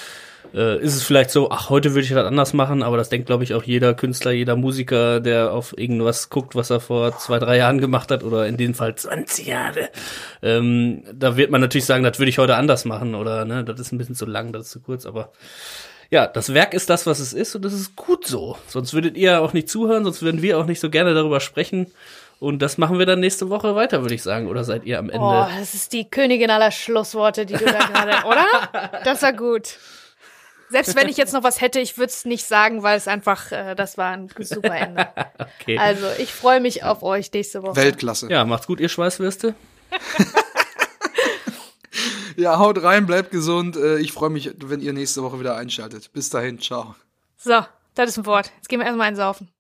äh, ist es vielleicht so, ach, heute würde ich das anders machen, aber das denkt, glaube ich, auch jeder Künstler, jeder Musiker, der auf irgendwas guckt, was er vor zwei, drei Jahren gemacht hat oder in dem Fall zwanzig Jahre. Ähm, da wird man natürlich sagen, das würde ich heute anders machen oder, ne, das ist ein bisschen zu lang, das ist zu kurz, aber ja, das Werk ist das, was es ist und das ist gut so. Sonst würdet ihr auch nicht zuhören, sonst würden wir auch nicht so gerne darüber sprechen. Und das machen wir dann nächste Woche weiter, würde ich sagen. Oder seid ihr am Ende? Oh, das ist die Königin aller Schlussworte, die du da gerade, oder? Das war gut. Selbst wenn ich jetzt noch was hätte, ich würde es nicht sagen, weil es einfach, äh, das war ein super Ende. Okay. Also, ich freue mich auf euch nächste Woche. Weltklasse. Ja, macht's gut, ihr Schweißwürste. Ja, haut rein, bleibt gesund. Ich freue mich, wenn ihr nächste Woche wieder einschaltet. Bis dahin, ciao. So, das ist ein Wort. Jetzt gehen wir erstmal einsaufen.